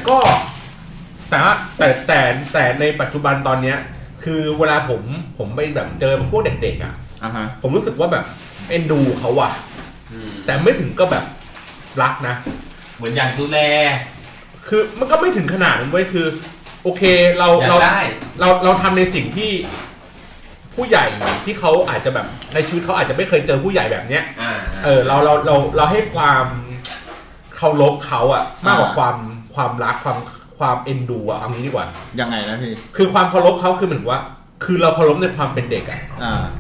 ในปัจจุบันตอนเนี้ยคือเวลาผมไปแบบเจอพวกเด็กๆอ่ะผมรู้สึกว่าแบบเอ็นดูเขาอ่ะแต่ไม่ถึงก็แบบรักนะเหมือนอย่างดูแลคือมันก็ไม่ถึงขนาดนั้นเว้ยคือโอเคเราทำในสิ่งที่ผู้ใหญ่ที่เขาอาจจะแบบในชีวิตเขาอาจจะไม่เคยเจอผู้ใหญ่แบบเนี้ยเราให้ความเคารพเขาอ่ะมากกว่าความรักความเอ็นดูอ่ะเอางี้ดีกว่ายังไงนะพี่คือความเคารพเขาคือเหมือนว่าคือเราเคารพในความเป็นเด็กอ่ะ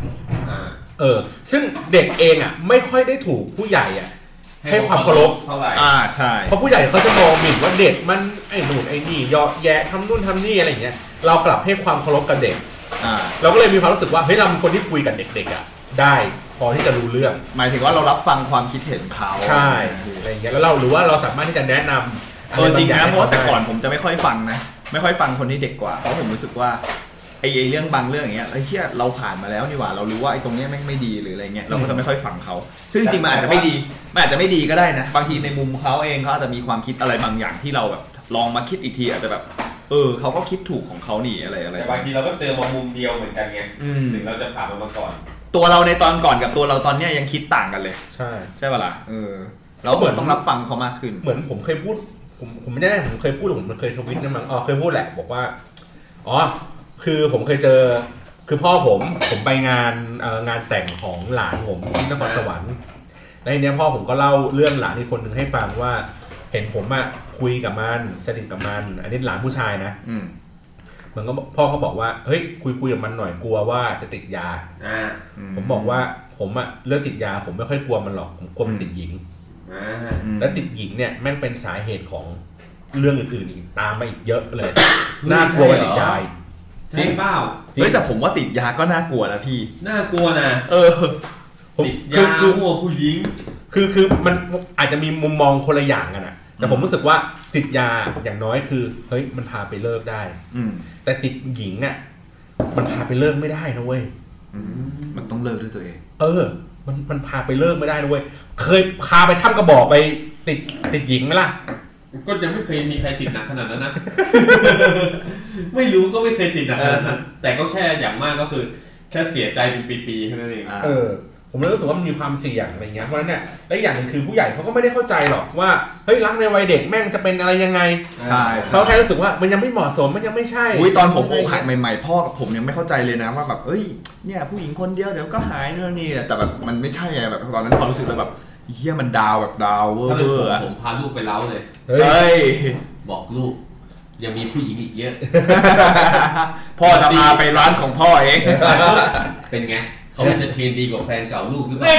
ซึ่งเด็กเองอ่ะไม่ค่อยได้ถูกผู้ใหญ่อ่ะให้ความเคารพเท่าไหร่ใช่เพราะผู้ใหญ่เขาจะมองหมิ่นว่าเด็กมันไอ้นู่นไอ้นี่เยาะแยะทำนู่นทำนี่อะไรอย่างเงี้ยเรากลับให้ความเคารพกับเด็กเราก็เลยมีความรู้สึกว่าเฮ้ยเราเป็นคนที่คุยกับเด็กๆอ่ะได้พอที่จะรู้เรื่องหมายถึงว่าเรารับฟังความคิดเห็นเขาใช่อะไรอย่างเงี้ยแล้วเราหรือว่าเราสามารถที่จะแนะนำจริงนะเพราะแต่ก่อนผมจะไม่ค่อยฟังนะไม่ค่อยฟังคนที่เด็กกว่าเพราะผมรู้สึกว่าไอ้เรื่องบางเรื่องอย่างเงี้ยไอ้เหี้ยเราผ่านมาแล้วนี่หว่าเรารู้ว่าไอ้ตรงเนี้ยแม่งไม่ดีหรืออะไรเงี้ยเราก็จะไม่ค่อยฟังเขาซึ่งจริงมันอาจจะไม่ดีก็ได้นะบางทีในมุมเขาเองเขาอาจจะมีความคิดอะไรบางอย่างที่เราแบบลองมาคิดอีกทีอาจจะแบบเขาก็คิดถูกของเขานี่อะไรแต่บางทีเราก็เจอมามุมเดียวเหมือนกันไงถึงเราจะผ่านมันมาก่อนตัวเราในตอนก่อนกับตัวเราตอนเนี้ยยังคิดต่างกันเลยใช่ป่ะล่ะเราเหมือนต้องรับฟังเขามากขึ้นเหมือนผมเคยพูดผมไม่แน่ผมเคยพูดผมเคยทวิตนั่นมั้งเคยพูดแหละบอกว่าคือผมเคยเจอคือพ่อผมไปงานแต่งของหลานผมที่นครสวรรค์แล้วทีเนี้ยพ่อผมก็เล่าเรื่องหลานอีกคนนึงให้ฟังว่าเห็นผมอะคุยกับมันสนิทกับมันอันนี้หลานผู้ชายนะเหมือนก็พ่อเขาบอกว่าเฮ้ยคุยกับมันหน่อยกลัวว่าจะติดยาผมบอกว่าผมอะเรื่องติดยาผมไม่ค่อยกลัวมันหรอกผมกลัวมันติดหญิงแล้วติดหญิงเนี่ยแม่งเป็นสาเหตุของเรื่องอื่นๆอีกตามมาอีกเยอะเลยน่ากลัวติดยาจริงเปล่าแต่ผมว่าติดยาก็น่ากลัวนะพี่น่ากลัวนะติดยาหัวผู้หญิงคือมันอาจจะมีมุมมองคนละอย่างกันอะแต่ผมรู้สึกว่าติดยาอย่างน้อยคือเฮ้ยมันพาไปเลิกได้แต่ติดหญิงอะมันพาไปเลิกไม่ได้นะเว้ยมันต้องเลิกด้วยตัวเองมันพาไปเลิกไม่ได้นะเว้ยเคยพาไปถ้ำกระบอกไปติดหญิงไหมล่ะก็ยังไม่เคยมีใครติดหนักขนาดนั้นนะ ไม่รู้ก็ไม่เคยติดหนักขนาดนั้นแต่ก็แค่อย่างมากก็คือแค่เสียใจเป็นปีๆแค่นั้นเองผมเลยรู้สึกว่ามันมีความเสี่ยงอะไรเงี้ยเพราะฉะนั้นเนี่ยและอย่างนึงคือผู้ใหญ่เขาก็ไม่ได้เข้าใจหรอกว่าเฮ้ยรักในวัยเด็กแม่งจะเป็นอะไรยังไงเขาแค่รู้สึกว่ามันยังไม่เหมาะสมมันยังไม่ใช่ตอนผมอกหักใหม่ๆพ่อกับผมยังไม่เข้าใจเลยนะว่าแบบเนี่ยผู้หญิงคนเดียวเดี๋ยวก็หายนู่นนี่แต่แบบมันไม่ใช่ไงแบบตอนนั้นความรู้สึกเลยแบบเฮียมันดาวแบบดาวเวอร์ผมพาลูกไปเล้าเลยบอกลูกยังมีผู้หญิงอีกเยอะพ่อจะพาไปร้านของพ่อเองเป็นไงเขาจะเทรนดีกว่าแฟนเก่าลูกหรือเปล่า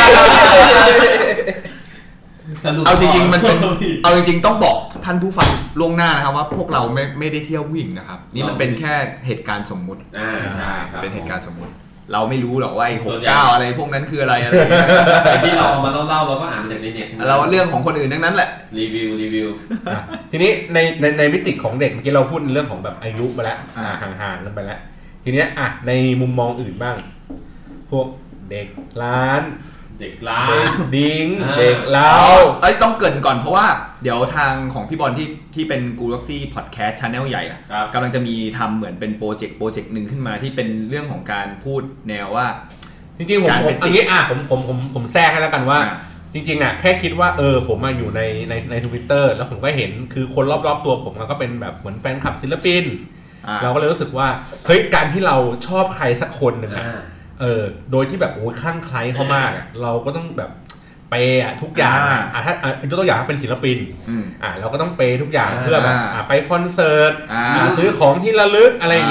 เอาจริงๆมันเป็นเอาจริงๆต้องบอกท่านผู้ฟังล่วงหน้านะครับว่าพวกเราไม่ได้เที่ยววิ่งนะครับนี่มันเป็นแค่เหตุการณ์สมมุติใช่ครับเป็นเหตุการณ์สมมุติเราไม่รู้หรอกว่าไอ้69อะไรพวกนั้นคืออะไรที่เรามาเล่าเราก็อ่านมาจากในเน็ตเราเรื่องของคนอื่นทั้งนั้นแหละรีวิวทีนี้ในมิติของเด็กเมื่อกี้เราพูดเรื่องของแบบอายุมาแล้วห่างๆกันไปแล้วทีเนี้ยในมุมมองอื่นบ้างพวกเด็กร้านดิ้งเด็กเล้าต้องเกริ่นก่อนเพราะว่าเดี๋ยวทางของพี่บอลที่เป็นกูล็อกซี่พอดแคสต์ชาแนลใหญ่กำลังจะมีทำเหมือนเป็นโปรเจกต์หนึ่งขึ้นมาที่เป็นเรื่องของการพูดแนวว่าจริงๆผมอย่างนี้ผมแทรกให้แล้วกันว่าจริงๆแค่คิดว่าผมมาอยู่ใน Twitter แล้วผมก็เห็นคือคนรอบๆตัวผมก็เป็นแบบเหมือนแฟนคลับศิลปินเราก็เลยรู้สึกว่าเฮ้ยการที่เราชอบใครสักคนนึงโดยที่แบบโอ้ยคลั่งไคล้เขามากเราก็ต้องแบบเปย์ทุกอย่างถ้าตัวอย่างเป็นศิลปินเราก็ต้องเปย์ทุกอย่างเพื่อแบบไปคอนเสิร์ตซื้อของที่ระลึกอะไรอย่างเงี้ย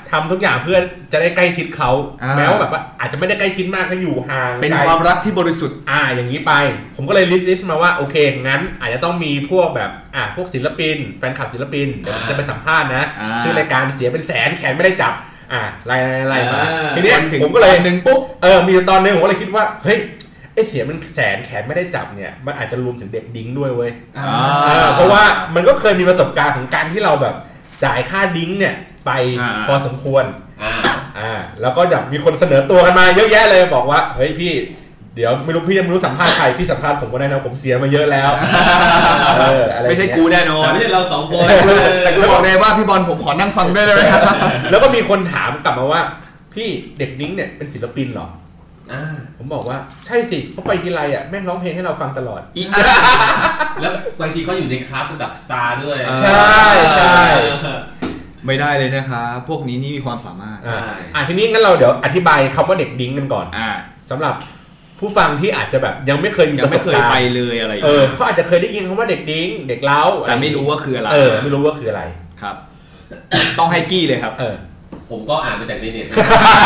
ทำทุกอย่างเพื่อจะได้ใกล้ชิดเขาแม้ว่าแบบว่าอาจจะไม่ได้ใกล้ชิดมากก็อยู่ห่างเป็นความรักที่บริสุทธิ์อย่างนี้ไปผมก็เลยลิสต์มาว่าโอเคงั้นอาจจะต้องมีพวกแบบพวกศิลปินแฟนคลับศิลปินเดี๋ยวจะไปสัมภาษณ์นะชื่อรายการเสียเป็นแสนแขนไม่ได้จับไล่มาทีนี้ผมก็เลยหนึ่งปุ๊บมีตอนนึงผมก็เลยคิดว่าเฮ้ยไอเสียเป็นแสนแขนไม่ได้จับเนี่ยมันอาจจะรวมถึงเด็กดิ้งด้วยเว้ยเพราะว่ามันก็เคยมีประสบการณ์ของการที่เราแบบจ่ายค่าดิ้งเนี่ยไปพอสมควรแล้วก็จะมีคนเสนอตัวกันมาเยอะแยะเลยบอกว่าเฮ้ยพี่เดี๋ยวไม่รู้พี่ยังไม่รู้สัมภาษณ์ใครพี่สัมภาษณ์ผมก็ได้นะผมเสียมาเยอะแล้วไม่ใช่กูแน่นอนไม่ใช่เราสองคนแต่กูบอกเลยว่าพี่บอลผมขอนั่งฟังได้เลยแล้วก็มีคนถามกลับมาว่าพี่เด็กดิ้งเนี่ยเป็นศิลปินเหรอผมบอกว่าใช่สิเขาไปทีไรแม่งร้องเพลงให้เราฟังตลอดแล้วบางทีเขาอยู่ในคลาสระดับสตาร์ด้วยใช่ไม่ได้เลยนะครับพวกนี้นี่มีความสามารถทีนี้งั้นเราเดี๋ยวอธิบายคำว่าเด็กดิ้งกันก่อนสำหรับผู้ฟังที่อาจจะแบบยังไม่เคยมีประสบการณ์ไปเลยอะไรเขาอาจจะเคยได้ยินคำว่าเด็กดิ้งเด็กเล้าแต่ไม่รู้ว่าคืออะไรไม่รู้ว่าคืออะไรครับต้องให้กี้เลยครับผมก็อ่านมาจากในเน็ต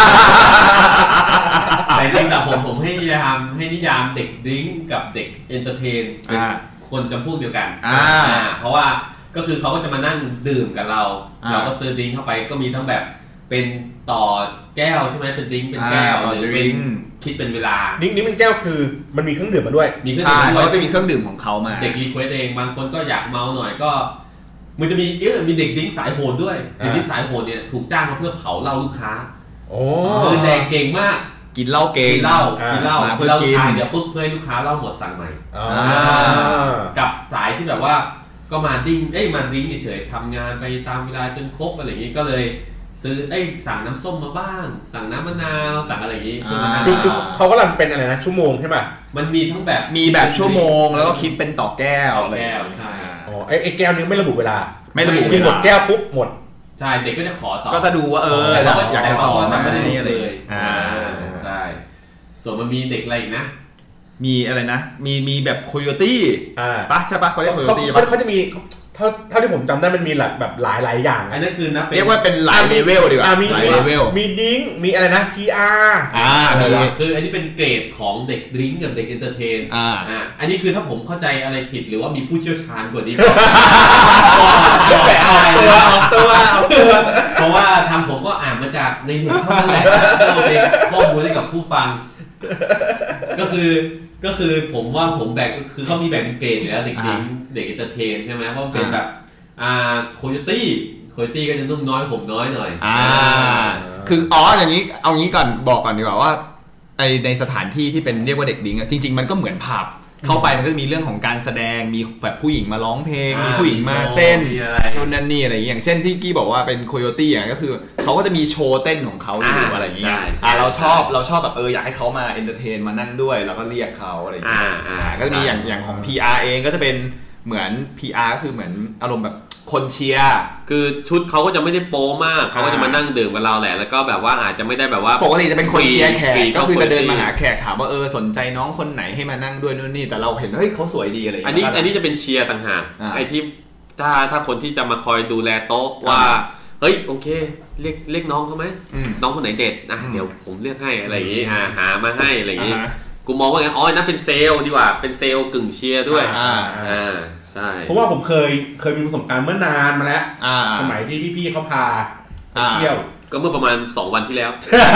แต่จริงแต่ผมให้นิยามเด็กดริ้งกับเด็กเอนเตอร์เทนเป็นคนจำพวกเดียวกันเพราะว่าก็คือเขาก็จะมานั่งดื่มกับเราก็ซื้อดริ้งเข้าไปก็มีทั้งแบบเป็นต่อแก้วใช่ไหมเป็นดริ้งเป็นแก้วหรือเป็นคิดเป็นเวลาดริ้งนี้เป็นแก้วคือมันมีเครื่องดื่มมาด้วยเขาจะมีเครื่องดื่มของเขามาเด็กรีเควสเองบางคนก็อยากเมาหน่อยก็มันจะมีเด็กดิ้งสายโหดด้วยเด็กดิ้งสายโหดเนี่ยถูกจ้างมาเพื่อเผาเหล้าลูกค้าคือแดงเก่งมากกินเหล้าเก่งกินเหล้าเพื่อกินเดี๋ยวปุ๊บเพื่อให้ลูกค้าเหล้าหมดสั่งใหม่กับสายที่แบบว่าก็มาดิ้งมาดิ้งเฉยๆทำงานไปตามเวลาจนครบอะไรอย่างงี้ก็เลยซื้อสั่งน้ำส้มมาบ้างสั่งน้ำมะนาวสั่งอะไรอย่างงี้คือเขาก็รันเป็นอะไรนะชั่วโมงใช่ไหมมันมีทั้งแบบมีแบบชั่วโมงแล้วก็คิดเป็นต่อแก้วใช่ไอ้แก้วนี้ไม่ระบุเวลาไม่ระบุกินหมดแก้วปุ๊บหมดใช่เด็กก็จะขอต่อก็จะดูว่าเราก็อยากจะต่อทำไม่ได้เลยใช่ส่วนมันมีเด็กอะไรอีกนะมีอะไรนะมีแบบโคโยตี้ปะใช่ปะเขาเรียกโคโยตี้เขาจะมีเท่าที่ผมจำได้มันมีแบบหลายอย่างอันนั้นคือนับเรียกว่าเป็นหลายเลเวลดีกว่าหลายเลเวลมีดิ้งมีอะไรนะ PR คืออันนี้เป็นเกรดของเด็กดิ้งกับเด็กเอนเตอร์เทนอันนี้คือถ้าผมเข้าใจอะไรผิดหรือว่ามีผู้เชี่ยวชาญกว่านี้ก็แปลเอาตัวเพราะว่าทางผมก็อ่านมาจากในเน็ตเท่านั้นแหละเอาไปข้อมูลให้กับผู้ฟังก็คือผมว่าผมแบ่งคือเขามีแบ่งเป็นเกรดอยู่แล้วเด็กดิ้งเด็กเอนเตอร์เทนใช่ไหมเพราะเป็นแบบโคโยตี้ก็จะนุ่มน้อยผมน้อยหน่อยคืออย่างนี้เอางี้ก่อนบอกก่อนดีกว่าว่าในสถานที่ที่เป็นเรียกว่าเด็กดิ้งจริงๆมันก็เหมือนผับเข้าไปมันก็มีเรื่องของการแสดงมีแบบผู้หญิงมาร้องเพลงมีผู้หญิงมาเต้นนู่นนั่นนี่อะไรอย่างเช่นที่กี้บอกว่าเป็นโคโยตี้ก็คือเขาก็จะมีโชว์เต้นของเขาอยู่อะไรอย่างเงี้ยเราชอบแบบอยากให้เขามาเอนเตอร์เทนมานั่งด้วยแล้วก็เรียกเขาอะไรอย่างเงี้ยก็จะมีอย่างของ PR เองก็จะเป็นเหมือน PR ก็คือเหมือนอารมณ์แบบคนเชียร์คือชุดเขาก็จะไม่ได้โป๊มากเขาก็จะมานั่งดื่มกับเราแหละแล้วก็แบบว่าอาจจะไม่ได้แบบว่าปกติจะเป็นคนเชียร์แขกก็คือจะเดินมาหาแขกถามว่าสนใจน้องคนไหนให้มานั่งด้วยนู่นนี่แต่เราเห็นเฮ้ยเขาสวยดีอะไรอันนี้จะเป็นเชียร์ต่างหากไอ้ที่ถ้าคนที่จะมาคอยดูแลโต๊ะว่าเฮ้ยโอเคเรียกน้องเขาไหมน้องคนไหนเด็ดเดี๋ยวผมเลือกให้อะไรอย่างงี้หามาให้อะไรอย่างงี้กูมองว่างั้นนั่นเป็นเซลล์ดีกว่าเป็นเซลล์กึ่งเชียร์ด้วยใช่เพราะว่าผมเคยมีประสบการณ์เมื่อนานมาแล้วสมัยที่พี่ๆเขาพาไปเที่ยวก็เมื่อประมาณ2วันที่แล้ว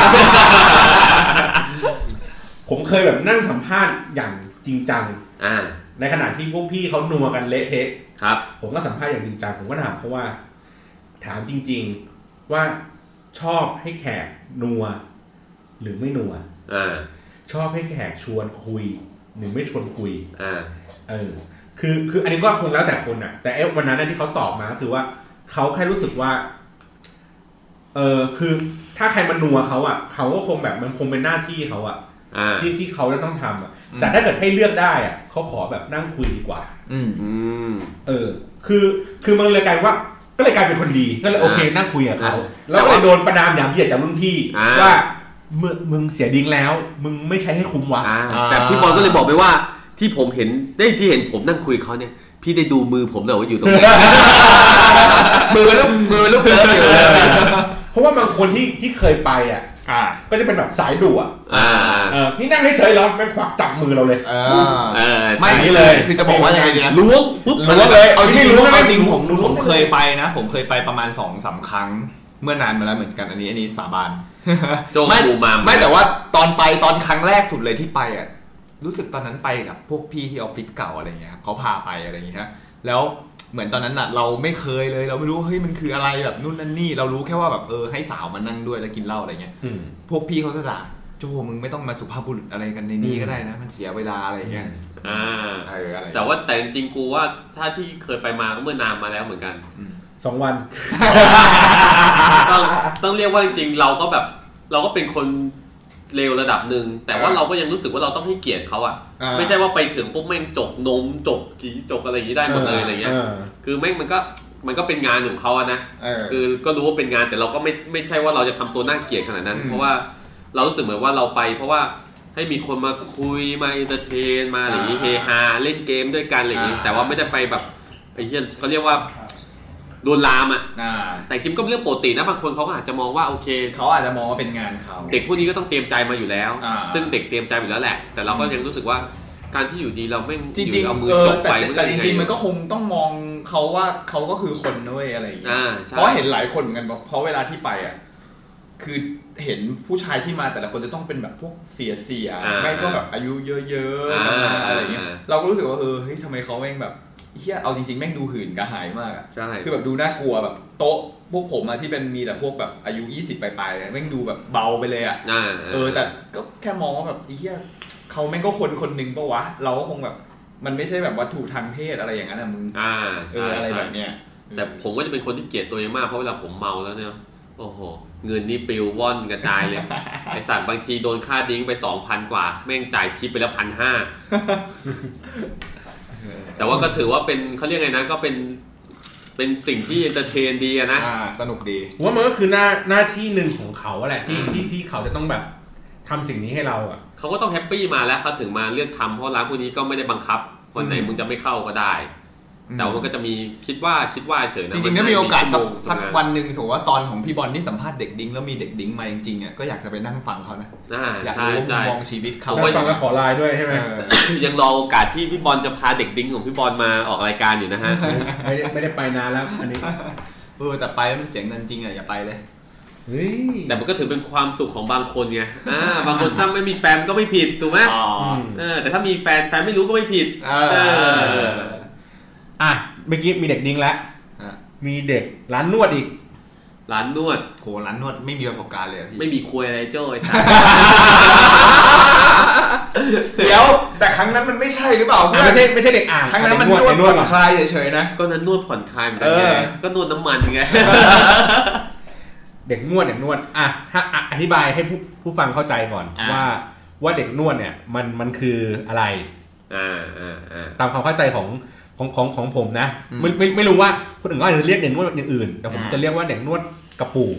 ผมเคยแบบนั่งสัมภาษณ์อย่างจริงจังในขณะที่พวกพี่เขานัวกันเละเทะครับผมก็สัมภาษณ์อย่างจริงจังผมก็ถามเขาว่าถามจริงๆว่าชอบให้แขกนัวหรือไม่นัวชอบให้แขกชวนคุยหรือไม่ชวนคุยคืออันนี้ก็คงแล้วแต่คนน่ะแต่วันนั้นที่เขาตอบมาคือว่าเขาแค่รู้สึกว่าคือถ้าใครมานัวเขาเขาก็คงแบบมันคงเป็นหน้าที่เขาที่เขาจะต้องทำแต่ถ้าเกิดให้เลือกได้เขาขอแบบนั่งคุยดีกว่าคือมันเลยกลายว่าก็เลยกลายเป็นคนดีก็เลยโอเคนั่งคุยกับเขาแล้วก็เลยโดนประณามหยามเหยียดจากรุ่นพี่ว่ามึงเสียดิ้งแล้วมึงไม่ใช้ให้คุ้มวะแต่พี่บอลก็เลยบอกไปว่าที่ผมเห็นที่เห็นผมนั่งคุยเขาเนี่ยพี่ได้ดูมือผมเลยว่าอยู่ตรงไหนมือลูกเลิฟอยู่เพราะว่าบางคนที่เคยไปอ่ะก็จะเป็นแบบสายดุอ่ะนี่นั่งเฉยๆแล้วแม่งควักจับมือเราเลยไม่เลยคือจะบอกว่ายังไงดีนะล้วงปุ๊บล้วงเลยเอาจริงผมเคยไปนะผมเคยไปประมาณ 2-3 ครั้งเมื่อนานมาแล้วเหมือนกันอันนี้สาบานไม่แต่ว่าตอนครั้งแรกสุดเลยที่ไปอ่ะรู้สึกตอนนั้นไปกับพวกพี่ที่ออฟฟิศเก่าอะไรเงี้ยเขาพาไปอะไรอย่างเงี้ยแล้วเหมือนตอนนั้นน่ะเราไม่เคยเลยเราไม่รู้เฮ้ยมันคืออะไรแบบนู่นนั่นนี่เรารู้แค่ว่าแบบให้สาวมานั่งด้วยแล้วกินเหล้าอะไรเงี้ยพวกพี่เขาจะด่าโจมึงไม่ต้องมาสุภาพบุรุษอะไรกันในนี้ก็ได้นะมันเสียเวลาอะไรเงี้ยอะไรแต่ว่าแต่จริงๆกูว่าถ้าที่เคยไปมาก็เมื่อนานมาแล้วเหมือนกัน 2 วันต้องเรียกว่าจริงๆเราก็เป็นคนเลวระดับหนึ่งแต่ว่าเราก็ยังรู้สึกว่าเราต้องให้เกียรติเขาอ่ะไม่ใช่ว่าไปถึงปุ๊บแม่งจกนมจกกี่จกอะไรอย่างนี้ได้หมดเลยอะไรเงี้ยคือแม่งมันก็เป็นงานของเขาอะนะคือก็รู้ว่าเป็นงานแต่เราก็ไม่ใช่ว่าเราจะทำตัวน่าเกลียดขนาดนั้นเพราะว่าเรารู้สึกเหมือนว่าเราไปเพราะว่าให้มีคนมาคุยมาเอนเตอร์เทนมาอะไรอย่างนี้เฮฮาเล่นเกมด้วยกันอะไรอย่างนี้แต่ว่าไม่ได้ไปแบบไอ้เหี้ยเขาเรียกว่าโดนลามอ่ะแต่จริงก็เป็นเรื่องปกตินะบางคนเขาก็อาจจะมองว่าโอเคเขาอาจจะมองว่าเป็นงานเขาเด็กพวกนี้ก็ต้องเตรียมใจมาอยู่แล้วซึ่งเด็กเตรียมใจอยู่แล้วแหละแต่เราก็ยังรู้สึกว่าการที่อยู่ดีเราไม่จริงๆเอามือจบไปแต่จริงๆมันก็คงต้องมองเขาว่าเขาก็คือคนด้วยอะไรอย่างเงี้ยเพราะเห็นหลายคนเหมือนกันเพราะเวลาที่ไปอ่ะคือเห็นผู้ชายที่มาแต่ละคนจะต้องเป็นแบบพวกเสียไม่ก็แบบอายุเยอะๆอะไรเงี้ยเราก็รู้สึกว่าเฮ้ยทำไมเขาแม่งแบบเฮียเอาจริงๆแม่งดูหื่นกระหายมากอ่ะคือแบบดูน่ากลัวแบบโต๊ะพวกผมอะที่เป็นมีแต่พวกแบบอายุ20ปลายๆแม่งดูแบบเบาไปเลยอ่ะแต่ก็แค่มองว่าแบบเฮียเขาแม่งก็คนนึงปะวะเราก็คงแบบมันไม่ใช่แบบวัตถุทางเพศอะไรอย่างนั้นอะมึงอะไรแบบเนี้ยแต่ผมก็จะเป็นคนที่เกลียดตัวเองมากเพราะเวลาผมเมาแล้วเนี่ยโอ้โหเงินนี่ปลิวว่อนกระจายเลยไอสัตว์บางทีโดนค่าดิ้งไป 2,000 กว่าแม่งจ่ายทิปไปแล้ว 1,500 แต่ว่าก็ถือว่าเป็นเขาเรียกไงนะก็เป็นสิ่งที่เอนเตอร์เทนดีนะสนุกดีว่ามันก็คือหน้าที่หนึ่งของเขาแหละที่เขาจะต้องแบบทำสิ่งนี้ให้เราอ่ะเขาก็ต้องแฮปปี้มาแล้วเขาถึงมาเลือกทำเพราะร้านพวกนี้ก็ไม่ได้บังคับวันไหนมึงจะไม่เข้าก็ได้แต่มันก็จะมีคิดว่าเฉยนะจริงๆถ้ามีโอกาสสักวันหนึ่งสมมติว่าตอนของพี่บอลที่สัมภาษณ์เด็กดิ้งแล้วมีเด็กดิ้งมาจริงๆอ่ะก็อยากจะไปนั่งฟังเขานะอยากรู้มองชีวิตเขาฟังแล้วขอไลน์ด้วยใช่ไหมยังรอโอกาสที่พี่บอลจะพาเด็กดิ้งของพี่บอลมาออกรายการอยู่นะฮะไม่ได้ไปนานแล้วอันนี้แต่ไปแล้วมันเสียเงินจริงอ่ะอย่าไปเลยแต่มันก็ถือเป็นความสุขของบางคนไงบางคนถ้าไม่มีแฟนก็ไม่ผิดถูกไหมแต่ถ้ามีแฟนไม่รู้ก็ไม่ผิดเมื่อกี้มีเด็กดิ้งแล้วมีเด็กร้านนวดอีกร้านนวดโหร้านนวดไม่มีประสบการณ์เลยพี่ไม่มีคุยอะไรโจ้ไอ้สัสเดี๋ยวแต่ครั้งนั้นมันไม่ใช่หรือเปล่าไม่ใช่เด็กอ่างครั้งนั้นมันนวดผ่อนคลายเฉยๆนะก็นั้นนวดผ่อนคลายเหมือนกันไงก็นวดน้ำมันไงเด็กนวดถ้าอธิบายให้ผู้ฟังเข้าใจก่อนว่าเด็กนวดเนี่ยมันคืออะไรตามความเข้าใจของผมนะไม่รู้ว่าคนอื่นก็อาจจะเรียกเด็กนวดอย่างอื่นแต่ผมจะเรียกว่าเด็กนวดกระปู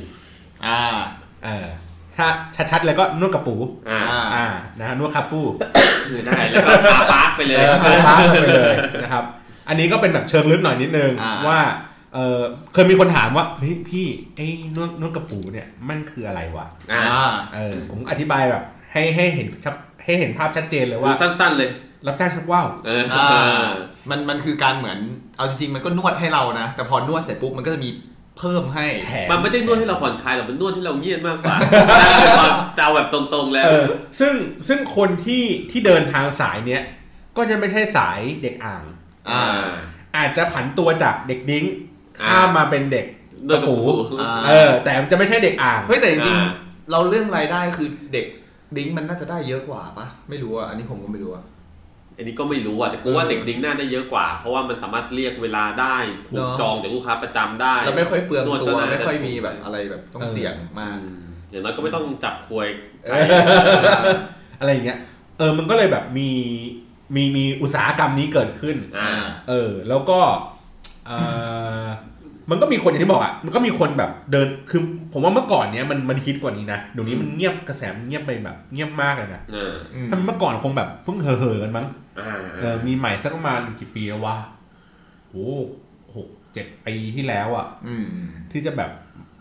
ถ้าชัดๆเลยก็นวดกระปูนะนวดคาปูได้แล้วก็ขาปาร์กไปเลยนะครับอันนี้ก็เป็นแบบเชิงลึกหน่อยนิดนึงว่าเคยมีคนถามว่าเฮ้ยพี่ไอ้นวดกระปูเนี่ยมันคืออะไรวะผมอธิบายแบบให้เห็นภาพชัดเจนเลยว่าสั้นๆเลยรับจ้างชักว่าวมันคือการเหมือนเอาจริงๆมันก็นวดให้เรานะแต่พอนวดเสร็จปุ๊บมันก็จะมีเพิ่มให้มันไม่ได้นวดให้เราผ่อนคลายหรอกมันนวดให้เราเงียบมากกว่าจะเอาแบบตรงๆแล้วซึ่งคนที่เดินทางสายเนี้ยก็จะไม่ใช่สายเด็กอ่างอาจจะผันตัวจากเด็กดิ้งข้ามมาเป็นเด็กกระปูแต่จะไม่ใช่เด็กอ่างเฮ้ยแต่จริงๆเราเรื่องรายได้คือเด็กดิ้งมันน่าจะได้เยอะกว่าปะไม่รู้อ่ะอันนี้ผมก็ไม่รู้อ่ะอันนี้ก็ไม่รู้อ่ะแต่กูว่าเด็กดิ้งน่าได้เยอะกว่าเพราะว่ามันสามารถเรียกเวลาได้ถูกจองจากลูกค้าประจำได้แล้วไม่ค่อยเปลืองตัวไม่ค่อยมีแบบอะไรแบบต้องเสี่ยงมากอย่างน้อยก็ไม่ต้องจับควยอะไรอย่างเงี้ยมันก็เลยแบบมีอุตสาหกรรมนี้เกิดขึ้นแล้วก็มันก็มีคนอย่างที่บอกอ่ะมันก็มีคนแบบเดินคือผมว่าเมื่อก่อนเนี้ยมันฮิตกว่านี้นะเดี๋ยวนี้มันเงียบกระแสเงียบไปแบบเงียบมากเลยนะถ้าเมื่อก่อนคงแบบเพิ่งเห่อกันมั้งมีใหม่สักประมาณกี่ปีแล้ววะโอ้6-7 ปีที่แล้วอ่ะที่จะแบบ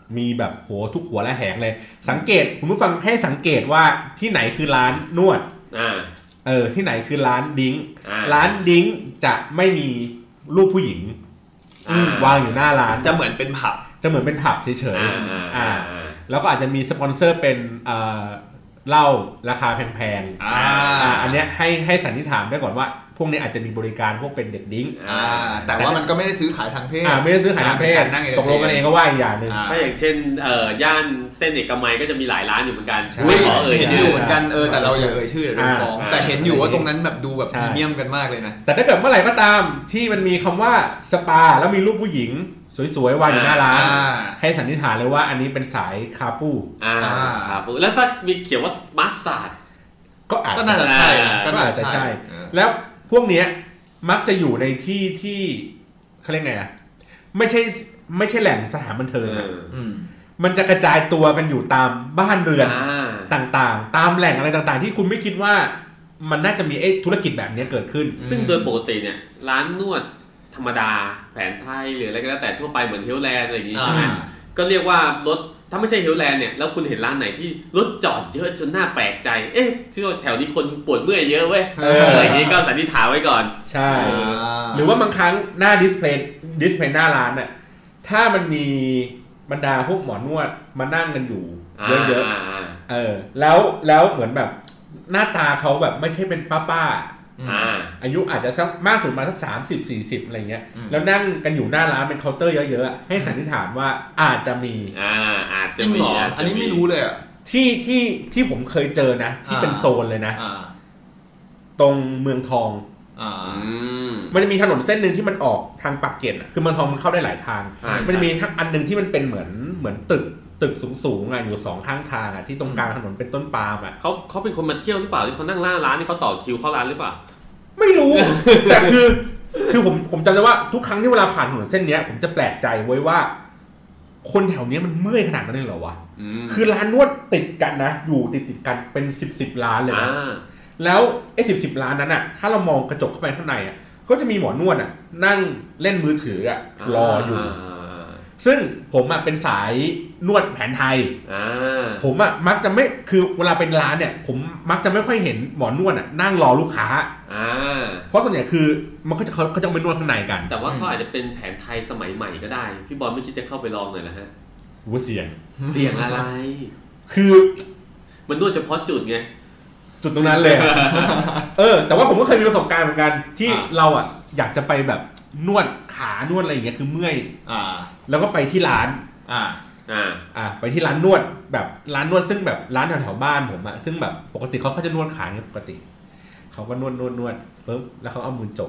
มีแบบโหทุกหัวและแหงเลยสังเกตคุณผู้ฟังให้สังเกตว่าที่ไหนคือร้านนวดที่ไหนคือร้านดิ้งร้านดิ้งจะไม่มีรูปผู้หญิงวางอยู่หน้าร้านจะเหมือนเป็นผับเฉยๆแล้วก็อาจจะมีสปอนเซอร์เป็นเหล้าราคาแพงๆอันเนี้ยให้สันนิษฐานได้ก่อนว่าพวกนี้อาจจะมีบริการพวกเป็นเด็กดิ้งแต่ว่ามันก็ไม่ได้ซื้อขายทางเพศไม่ได้ซื้อขายทางเพศตกลงกันเองก็ว่าอีกอย่างนึงถ้าอย่างเช่นย่านเส้นเอกมัยก็จะมีหลายร้านอยู่เหมือนกันเห็นอยู่เหมือนกันแต่เราอย่าเอ่ยชื่อเดี๋ยวโดนฟ้องแต่เห็นอยู่ว่าตรงนั้นแบบดูแบบพรีเมียมกันมากเลยนะแต่ถ้าเกิดเมื่อไหร่ก็ตามที่มันมีคำว่าสปาแล้วมีรูปผู้หญิงสวยๆวางอยู่หน้าร้านให้สันนิษฐานเลยว่าอันนี้เป็นสายคาปูแล้วถ้ามีเขียนว่ามัสซาดก็น่าจะใช่แล้วพวกเนี้ยมักจะอยู่ในที่ที่เขาเรียกไงไม่ใช่แหล่งสถานบันเทิงมันจะกระจายตัวกันอยู่ตามบ้านเรือนต่างๆตามแหล่งอะไรต่างๆที่คุณไม่คิดว่ามันน่าจะมีธุรกิจแบบนี้เกิดขึ้นซึ่งโดยปกติเนี่ยร้านนวดธรรมดาแผนไทยหรืออะไรก็แล้วแต่ทั่วไปเหมือนเฮลแลนด์อะไรอย่างงี้ใช่ไหมก็เรียกว่ารถถ้าไม่ใช่เฮลแลนด์เนี่ยแล้วคุณเห็นร้านไหนที่รถจอดเยอะจนน่าแปลกใจชื่อว่าแถวนี้คนปวดเมื่อยเยอะเว้ยอะไรอย่างงี้ก็สันนิษฐานไว้ก่อนใช่หรือว่าบางครั้งหน้าดิสเพลย์หน้าร้านน่ะถ้ามันมีบรรดาพวกหมอนวดมานั่งกันอยู่เยอะๆแล้วเหมือนแบบหน้าตาเขาแบบไม่ใช่เป็นป้าอายุอาจจะสักมากสุดมาสัก30-40อะไรเงี้ยแล้วนั่งกันอยู่หน้าร้านเป็นเคาน์เตอร์เยอะๆให้สันนิษฐานว่าอาจจะมีจริงเหรออันนี้ไม่รู้เลยอ่ะที่ผมเคยเจอนะที่เป็นโซนเลยนะตรงเมืองทองมันจะมีถนนเส้นนึงที่มันออกทางปากเกร็ดคือเมืองทองมันเข้าได้หลายทางมันจะมีอันนึงที่มันเป็นเหมือนตึกสูงอยู่2ข้างทางที่ตรงกลางถนนเป็นต้นปาล์มเขาเป็นคนมาเที่ยวหรือเปล่าที่เขานั่งล่าร้านนี่เขาต่อคิวเข้าร้านหรือเปล่าไม่รู้ แต่คือผมจำได้ว่าทุกครั้งที่เวลาผ่านถนนเส้นนี้ผมจะแปลกใจไว้ว่าคนแถวนี้มันเมื่อยขนาดนั้นเลยเหรอวะคือร้านนวดติดกันนะอยู่ติดกันเป็น10ร้านเลยนะแล้วไอ้10ร้านนั้นถ้าเรามองกระจกเข้าไปข้างในก็จะมีหมอนวดนั่งเล่นมือถือรออยู่ซึ่งผมเป็นสายนวดแผนไทยผมมักจะไม่คือเวลาเป็นร้านเนี่ยผมมักจะไม่ค่อยเห็นหมอนวดนั่งรอลูกค้าเพราะส่วนใหญ่คือมันเขาจะไปนวดข้างในกันแต่ว่าเขาอาจจะเป็นแผนไทยสมัยใหม่ก็ได้พี่บอลไม่คิดจะเข้าไปลองเลยเหรอฮะว่าเสี่ยงอะไรคือมันนวดเฉพาะจุดไงจุดตรงนั้นเลย แต่ว่าผมก็เคยมีประสบการณ์เหมือนกันที่เราอยากจะไปแบบนวดขานวดอะไรอย่างเงี้ยคือเมื่อยแล้วก็ไปที่ร้านไปที่ร้านนวดแบบร้านนวดซึ่งแบบร้านแถวๆบ้านผมซึ่งแบบปกติเขาจะนวดขาเงี้ยปกติเขาก็นวดปุ๊บแล้วเขาเอามือจบ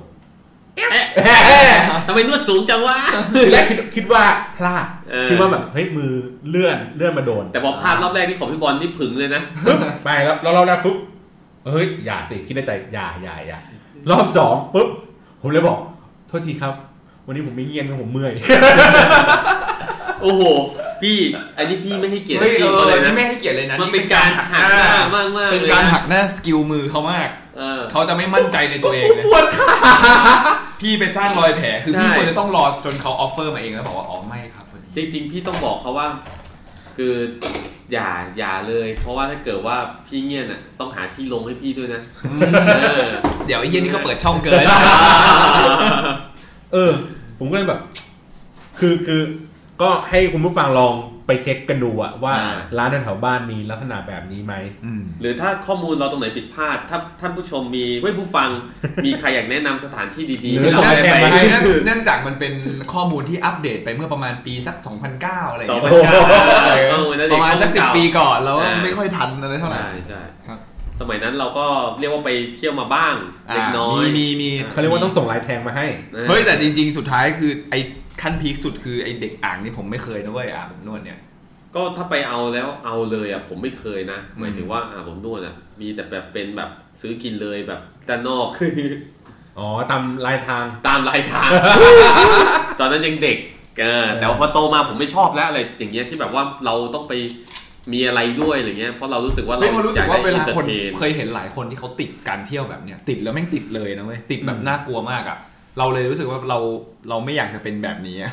ทำไมนวดสูงจังวะแรกคิดว่าพลาดคิดว่าแบบเฮ้ยมือเลื่อนมาโดนแต่พอพลาดรอบแรกนี่ของพี่บอลนี่ผึ่งเลยนะไปแล้วเราปุ๊บเฮ้ยอย่าสิคิดในใจอย่ารอบ2ปุ๊บผมเลยบอกโทษทีครับวันนี้ผมไม่เงียบนะผมเมื่อยโอ้โหพี่อันนี้พี่ไม่ให้เกียรติเลยนะไม่ให้เกียรติเลยนะมันเป็นการหักหน้ามากๆเป็นการหักหน้าสกิลมือเขามากเขาจะไม่มั่นใจในตัวเองเลยปวดขาพี่ไปสร้างรอยแผลคือพี่ควรจะต้องรอจนเขาออฟเฟอร์มาเองแล้วบอกว่าอ๋อไม่ครับจริงๆพี่ต้องบอกเขาว่าคืออย่าเลยเพราะว่าถ้าเกิดว่าพี่เงี้ยน่ะต้องหาที่ลงให้พี่ด้วยนะเดี๋ยวไอ้เหี้ยนี่ก็เปิดช่องเกินผมก็เลยแบบคือก็ให้คุณผู้ฟังลองไปเช็คกันดูว่าร้านแถวบ้านมีลักษณะแบบนี้ไหมหรือถ้าข้อมูลเราตรงไหนผิดพลาดถ้าท่านผู้ชมมีผู้ฟังมีใครอยากแนะนำสถานที่ดีๆให้เราได้ไปเนื่องจากมันเป็นข้อมูลที่อัปเดตไปเมื่อประมาณปีสัก2009อะไรอย่างเงี้ยประมาณสัก10 ปีก่อนแล้วไม่ค่อยทันอะไรเท่าไหร่ใช่สมัยนั้นเราก็เรียกว่าไปเที่ยวมาบ้างเล็กน้อยมีเขาเรียกว่าต้องส่งลายแทงมาให้เฮ้ยแต่จริงๆสุดท้ายคือไอ้ขั้นพีคสุดคือไอ้เด็กอ่างนี่ผมไม่เคยนะเว้ยผมนวดเนี่ยก็ถ้าไปเอาแล้วเอาเลยผมไม่เคยนะหมายถึงว่าผมนวดมีแต่แบบเป็นแบบซื้อกินเลยแบบด้านนอกตามลายทางตอนนั้นยังเด็กแต่พอโตมาผมไม่ชอบแล้วอะไรอย่างเงี้ยที่แบบว่าเราต้องไปมีอะไรด้วยอะไรเงี้ยเพราะเรารู้สึกว่าเรารู้สึกว่าเวลาคนเคยเห็นหลายคนที่เขาติดการเที่ยวแบบเนี้ยติดแล้วแม่งติดเลยนะเว้ยติดแบบน่ากลัวมากเราเลยรู้สึกว่าเราไม่อยากจะเป็นแบบนี้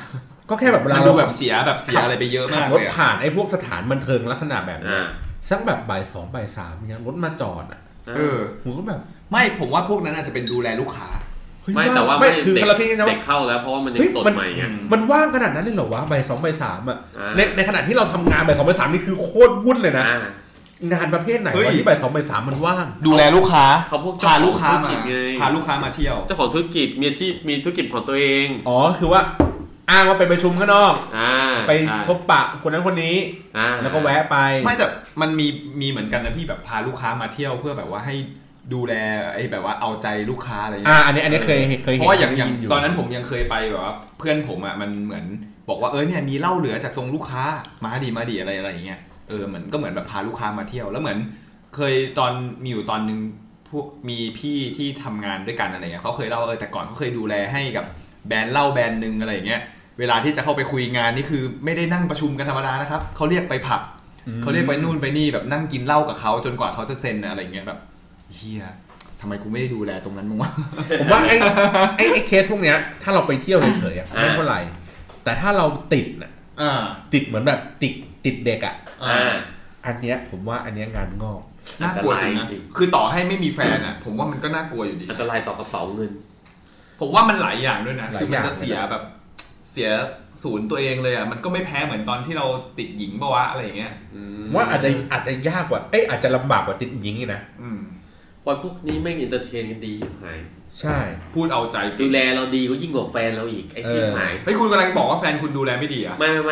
ก็แค่แบบเวลาเราแบบเสียอะไรไปเยอะมากเลยรถผ่านไอ้พวกสถานบันเทิงลักษณะแบบนี้สักแบบบ่าย 2 บ่าย 3เนี่ยรถมาจอดผมก็แบบไม่ผมว่าพวกนั้นอาจจะเป็นดูแลลูกค้าไม่แต่ว่าไม่คือเด็กเข้าแล้วเพราะว่ามันยังสดใหม่ไงมันว่างขนาดนั้นเลยเหรอวะบ่าย 2 บ่าย 3อ่ะในขณะที่เราทำงานบ่าย 2 บ่าย 3นี่คือโคตรวุ่นเลยนะงานประเภทไหนวันที่บ่าย 2 บ่าย 3มันว่างดูแลลูกค้าเขาพวกพาลูกค้ามาเที่ยวเจ้าของธุรกิจมีอาชีพมีธุรกิจของตัวเองคือว่าอ้างว่าไปประชุมข้างนอกไปพบปะคนนั้นคนนี้แล้วก็แวะไปไม่แต่มันมีเหมือนกันนะพี่แบบพาลูกค้ามาเที่ยวเพื่อแบบว่าให้ดูแลไอ้แบบว่าเอาใจลูกค้าอะไรอย่างเงี้ยอันนี้เคยเห็นเพราะว่าอย่างตอนนั้นผมยังเคยไปแบบว่าเพื่อนผมอ่ะมันเหมือนบอกว่าเนี่ยมีเหล้าเหลือจากตรงลูกค้ามาดีอะไรอย่างเงี้ยเหมือนก็เหมือนแบบพาลูกค้ามาเที่ยวแล้วเหมือนเคยมีอยู่ตอนนึงพวกมีพี่ที่ทำงานด้วยกันอะไรเงี้ยเขาเคยเล่าแต่ก่อนเขาเคยดูแลให้กับแบรนด์เหล้าแบรนด์นึงอะไรอย่างเงี้ยเวลาที่จะเข้าไปคุยงานนี่คือไม่ได้นั่งประชุมกันธรรมดานะครับเขาเรียกไปผับเขาเรียกไปนู่นไปนี่แบบนั่งกินเหล้ากับเขาจนกว่าเขาจะเซ็นอะไรเงี้ยแบบเฮียทำไมกูไม่ได้ดูแลตรงนั้นมั้งวะผมว่าไอ้เคสพวกเนี้ยถ้าเราไปเที่ยวเฉยๆไม่เท่าไหร่แต่ถ้าเราติดน่ะติดเหมือนแบบติดเด็กอันเนี้ยผมว่าอันเนี้ยงานงอกน่ากลัวจริงคือต่อให้ไม่มีแฟนผมว่ามันก็น่ากลัวอยู่ดีอันตรายต่อกระเป๋าเงินผมว่ามันหลายอย่างด้วยนะคือมันจะเสียแบบเสียศูนย์ตัวเองเลยมันก็ไม่แพ้เหมือนตอนที่เราติดหญิงป่ะวะอะไรอย่างเงี้ยว่าอาจจะยากกว่าอาจจะลำบากกว่าติดหญิงอีกนะพอพวกนี้แม่งเอนเตอร์เทนกันดีชิบหายใช่พูดเอาใจดูแลเราดีก็ยิ่งกว่าแฟนเราอีกไอ้ชิบหายเฮ้ยคุณกำลังบอกว่าแฟนคุณดูแลไม่ดีอ่ะไม่ดู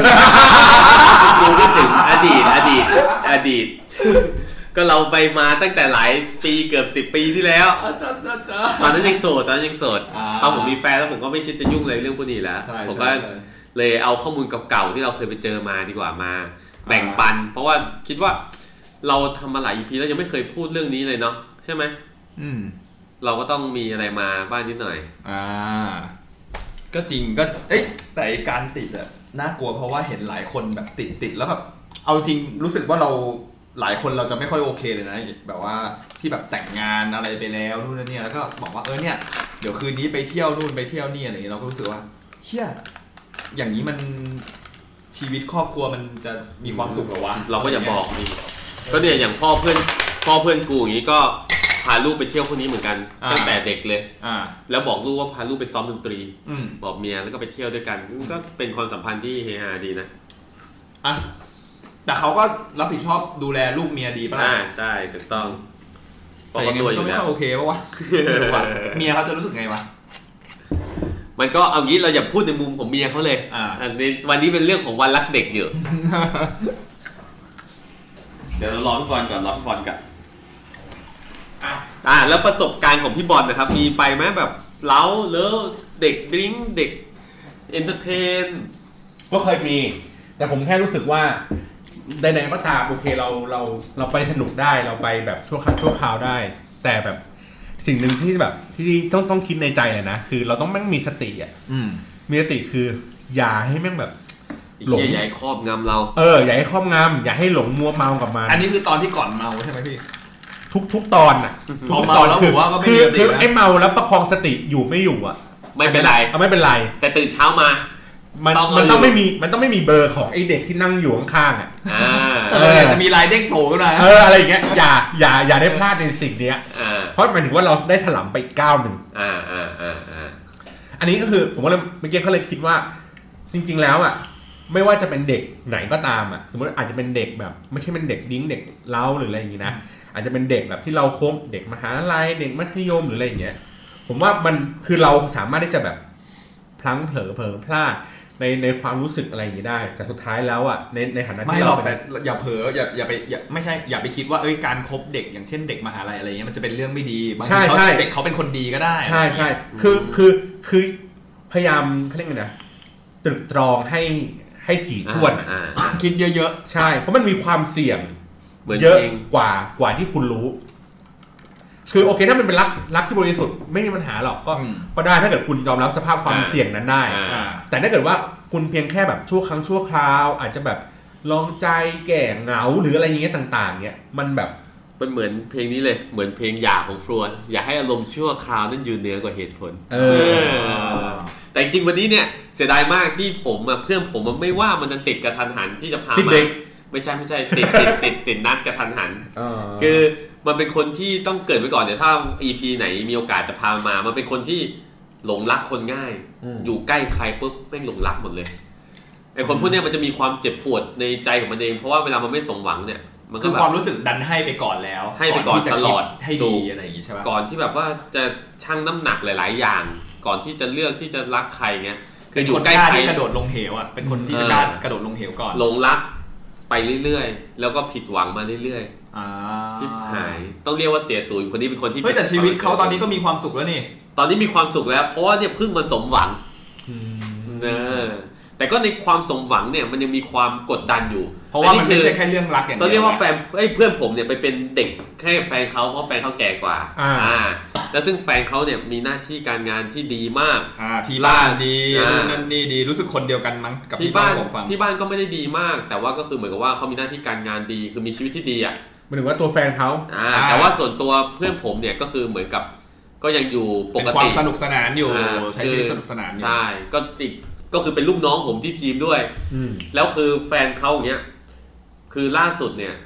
ถึงอดีตก็เราไปมาตั้งแต่หลายปีเกือบ10 ปีที่แล้วตอนนั้นยังโสดตอนผมมีแฟนแล้วผมก็ไม่คิดจะยุ่งเลยเรื่องพวกนี้แล้วผมก็เลยเอาข้อมูลเก่าๆที่เราเคยไปเจอมาดีกว่ามาแบ่งปันเพราะว่าคิดว่าเราทำมาหลาย EP แล้วยังไม่เคยพูดเรื่องนี้เลยเนาะใช่ไหมเราก็ต้องมีอะไรมาบ้างนิดหน่อยก็จริงก็แต่การติดอะน่ากลัวเพราะว่าเห็นหลายคนแบบติดแล้วแบบเอาจริงรู้สึกว่าเราหลายคนเราจะไม่ค่อยโอเคเลยนะแบบว่าที่แบบแต่งงานอะไรไปแล้วนู่นนั่นเนี่ยแล้วก็บอกว่าเนี่ยเดี๋ยวคืนนี้ไปเที่ยวนู่นไปเที่ยวนี่อะไรอย่างเงี้ยเราก็รู้สึกว่าเชี่ยอย่างนี้มันชีวิตครอบครัวมันจะมีความสุขหรอวะเราก็อย่าบอกนี่ก็เนี่ยอย่างพ่อเพื่อนกูอย่างนี้ก็พาลูกไปเที่ยวพวกนี้เหมือนกันตั้งแต่เด็กเลยแล้วบอกลูกว่าพาลูกไปซ้อมดนตรีบอกเมียแล้วก็ไปเที่ยวด้วยกันก็เป็นความสัมพันธ์ที่เฮฮาดีนะแต่เขาก็รับผิดชอบดูแลลูกเมียดีป่ะใช่ถูกต้องแต่ยังไงก็ไม่ค่อยโอเคป่ะวะเมียเขาจะรู้สึกไงวะมันก็เอางี้เราอย่าพูดในมุมของเมียเขาเลยวันนี้เป็นเรื่องของวันรักเด็กอยู่เดี๋ยวเรารอพี่บอลก่อนแล้วประสบการณ์ของพี่บอลนะครับมีไปไหมแบบเล้าเลิฟเด็กดริ้งเด็กเอนเตอร์เทนก็เคยมีแต่ผมแค่รู้สึกว่าใดๆก็ตามโอเคเราไปสนุกได้เราไปแบบชั่วคราวได้แต่แบบสิ่งหนึ่งที่แบบที่ต้องคิดในใจเลยนะคือเราต้องแม่งมีสติมีสติคืออย่าให้แม่งแบบหลงอย่าให้ครอบงำเราอย่าให้ครอบงำอย่าให้หลงมัวเมากับมันอันนี้คือตอนที่ก่อนเมาใช่ไหมพี่ทุกตอนอ่ะทุกตอนคือไอ้เมาแล้วประคองสติอยู่ไม่อยู่อ่ะไม่เป็นไรแต่ตื่นเช้ามามันต้องไม่มีเบอร์ของไอเด็กที่นั่งอยู่ข้างๆอ่ะจะมีลายเด้งโผล่ขึ้นมาอะไรอย่างเงี้ยอย่าได้พลาดในสิ่งเนี้ยเพราะหมายถึงว่าเราได้ถลำไปก้าวหนึ่งอันนี้ก็คือผมว่าเมื่อกี้เขาเลยคิดว่าจริงๆแล้วอ่ะไม่ว่าจะเป็นเด็กไหนก็ตามอ่ะสมมติอาจจะเป็นเด็กแบบไม่ใช่เป็นเด็กดิ้งเด็กเล้าหรืออะไรอย่างงี้นะอาจจะเป็นเด็กแบบที่เราคบเด็กมหาลัยเด็กมัธยมหรืออะไรอย่างเงี้ยผมว่ามันคือเราสามารถที่จะแบบพลั้งเผลอพลาดในความรู้สึกอะไรอย่างนี้ได้แต่สุดท้ายแล้วอ่ะในฐานะที่เราแต่อย่าเผลออย่าไปไม่ใช่อย่าไปคิดว่าการคบเด็กอย่างเช่นเด็กมหาลัยอะไรเงี้ยมันจะเป็นเรื่องไม่ดีบางทีเด็กเขาเป็นคนดีก็ได้ใช่คือพยายามเขาเรียกไงนะตรึกตรองให้ถี่ถ้วนคิดเยอะๆใช่เพราะมันมีความเสี่ยงเยอะกว่าที่คุณรู้คือโอเคถ้ามันเป็นรักที่บริสุทธิ์ไม่มีปัญหาหรอกก็ได้ถ้าเกิดคุณยอมรับสภาพความเสี่ยงนั้นได้แต่ถ้าเกิดว่าคุณเพียงแค่แบบชั่วครั้งชั่วคราวอาจจะแบบลองใจแก่เหงาหรืออะไรอย่างเงี้ยต่างๆเนี่ยมันแบบมันเหมือนเพลงนี้เลยเหมือนเพลงหย่าของฟลวนอย่าให้อารมณ์ชั่วคราวนั้นยืนเหนือกว่าเหตุผลแต่จริงวันนี้เนี่ยเสียดายมากที่ผมเพื่อนผมไม่ว่ามันจะติดกระทันหันที่จะพามาไม่ใช่ติดนัดกระทันหันคือมันเป็นคนที่ต้องเกิดไว้ก่อนเดี๋ยวถ้า EP ไหนมีโอกาสจะพามามันเป็นคนที่หลงรักคนง่ายอยู่ใกล้ใครปุ๊บแม่งหลงรักหมดเลยไอ้คนพวกนี้มันจะมีความเจ็บปวดในใจของมันเองเพราะว่าเวลามันไม่สมหวังเนี่ยมันคือความรู้สึกดันให้ไปก่อนแล้วให้ไปก่อนตลอดให้ดีอะไรอย่างงี้ใช่ป่ะก่อนที่แบบว่าจะชั่งน้ำหนักหลายๆอย่างก่อนที่จะเลือกที่จะรักใครเงี้ยคืออยู่ใกล้ใครกระโดดลงเหวอ่ะเป็นคนที่จะกล้ากระโดดลงเหวก่อนหลงรักไปเรื่อยๆแล้วก็ผิดหวังมาเรื่อยๆชิบหายต้องเรียกว่าเสียศูนย์คนนี้เป็นคนที่แต่ชีวิตเขาตอนนี้ก็มีความสุขแล้วนี่ตอนนี้มีความสุขแล้วเพราะว่าเนี่ยเพิ่งมาสมหวังแต่ก็ในความสมหวังเนี่ยมันยังมีความกดดันอยู่เพราะว่ามันไม่ใช่แค่เรื่องรักอย่างเดียวต้องเรียกว่าแฟนเพื่อนผมเนี่ยไปเป็นเด็กแค่แฟนเขาเพราะแฟนเขาแก่กว่าแล้วซึ่งแฟนเขาเนี่ยมีหน้าที่การงานที่ดีมากที่บ้านดีนั่นนี่ดีรู้สึกคนเดียวกันมั้งกับที่บ้านผมฟังที่บ้านก็ไม่ได้ดีมากแต่ว่าก็คือเหมือนกับว่าเขามีหน้าที่การงานดีคือมีชีวิตที่ดีอ่ะหมายถึงว่าตัวแฟนเขาแต่ว่าส่วนตัวเพื่อนผมเนี่ยก็คือเหมือนกับก็ยังอยู่ปกติความสนุกสนานอยู่ใช้ชีวิตสนุกสนานอยู่ใช่ก็คือเป็นลูกน้องผมที่ทีมด้วยแล้วคือแฟนเขาอย่างเงี้ยคือล่าสุดเนี่ย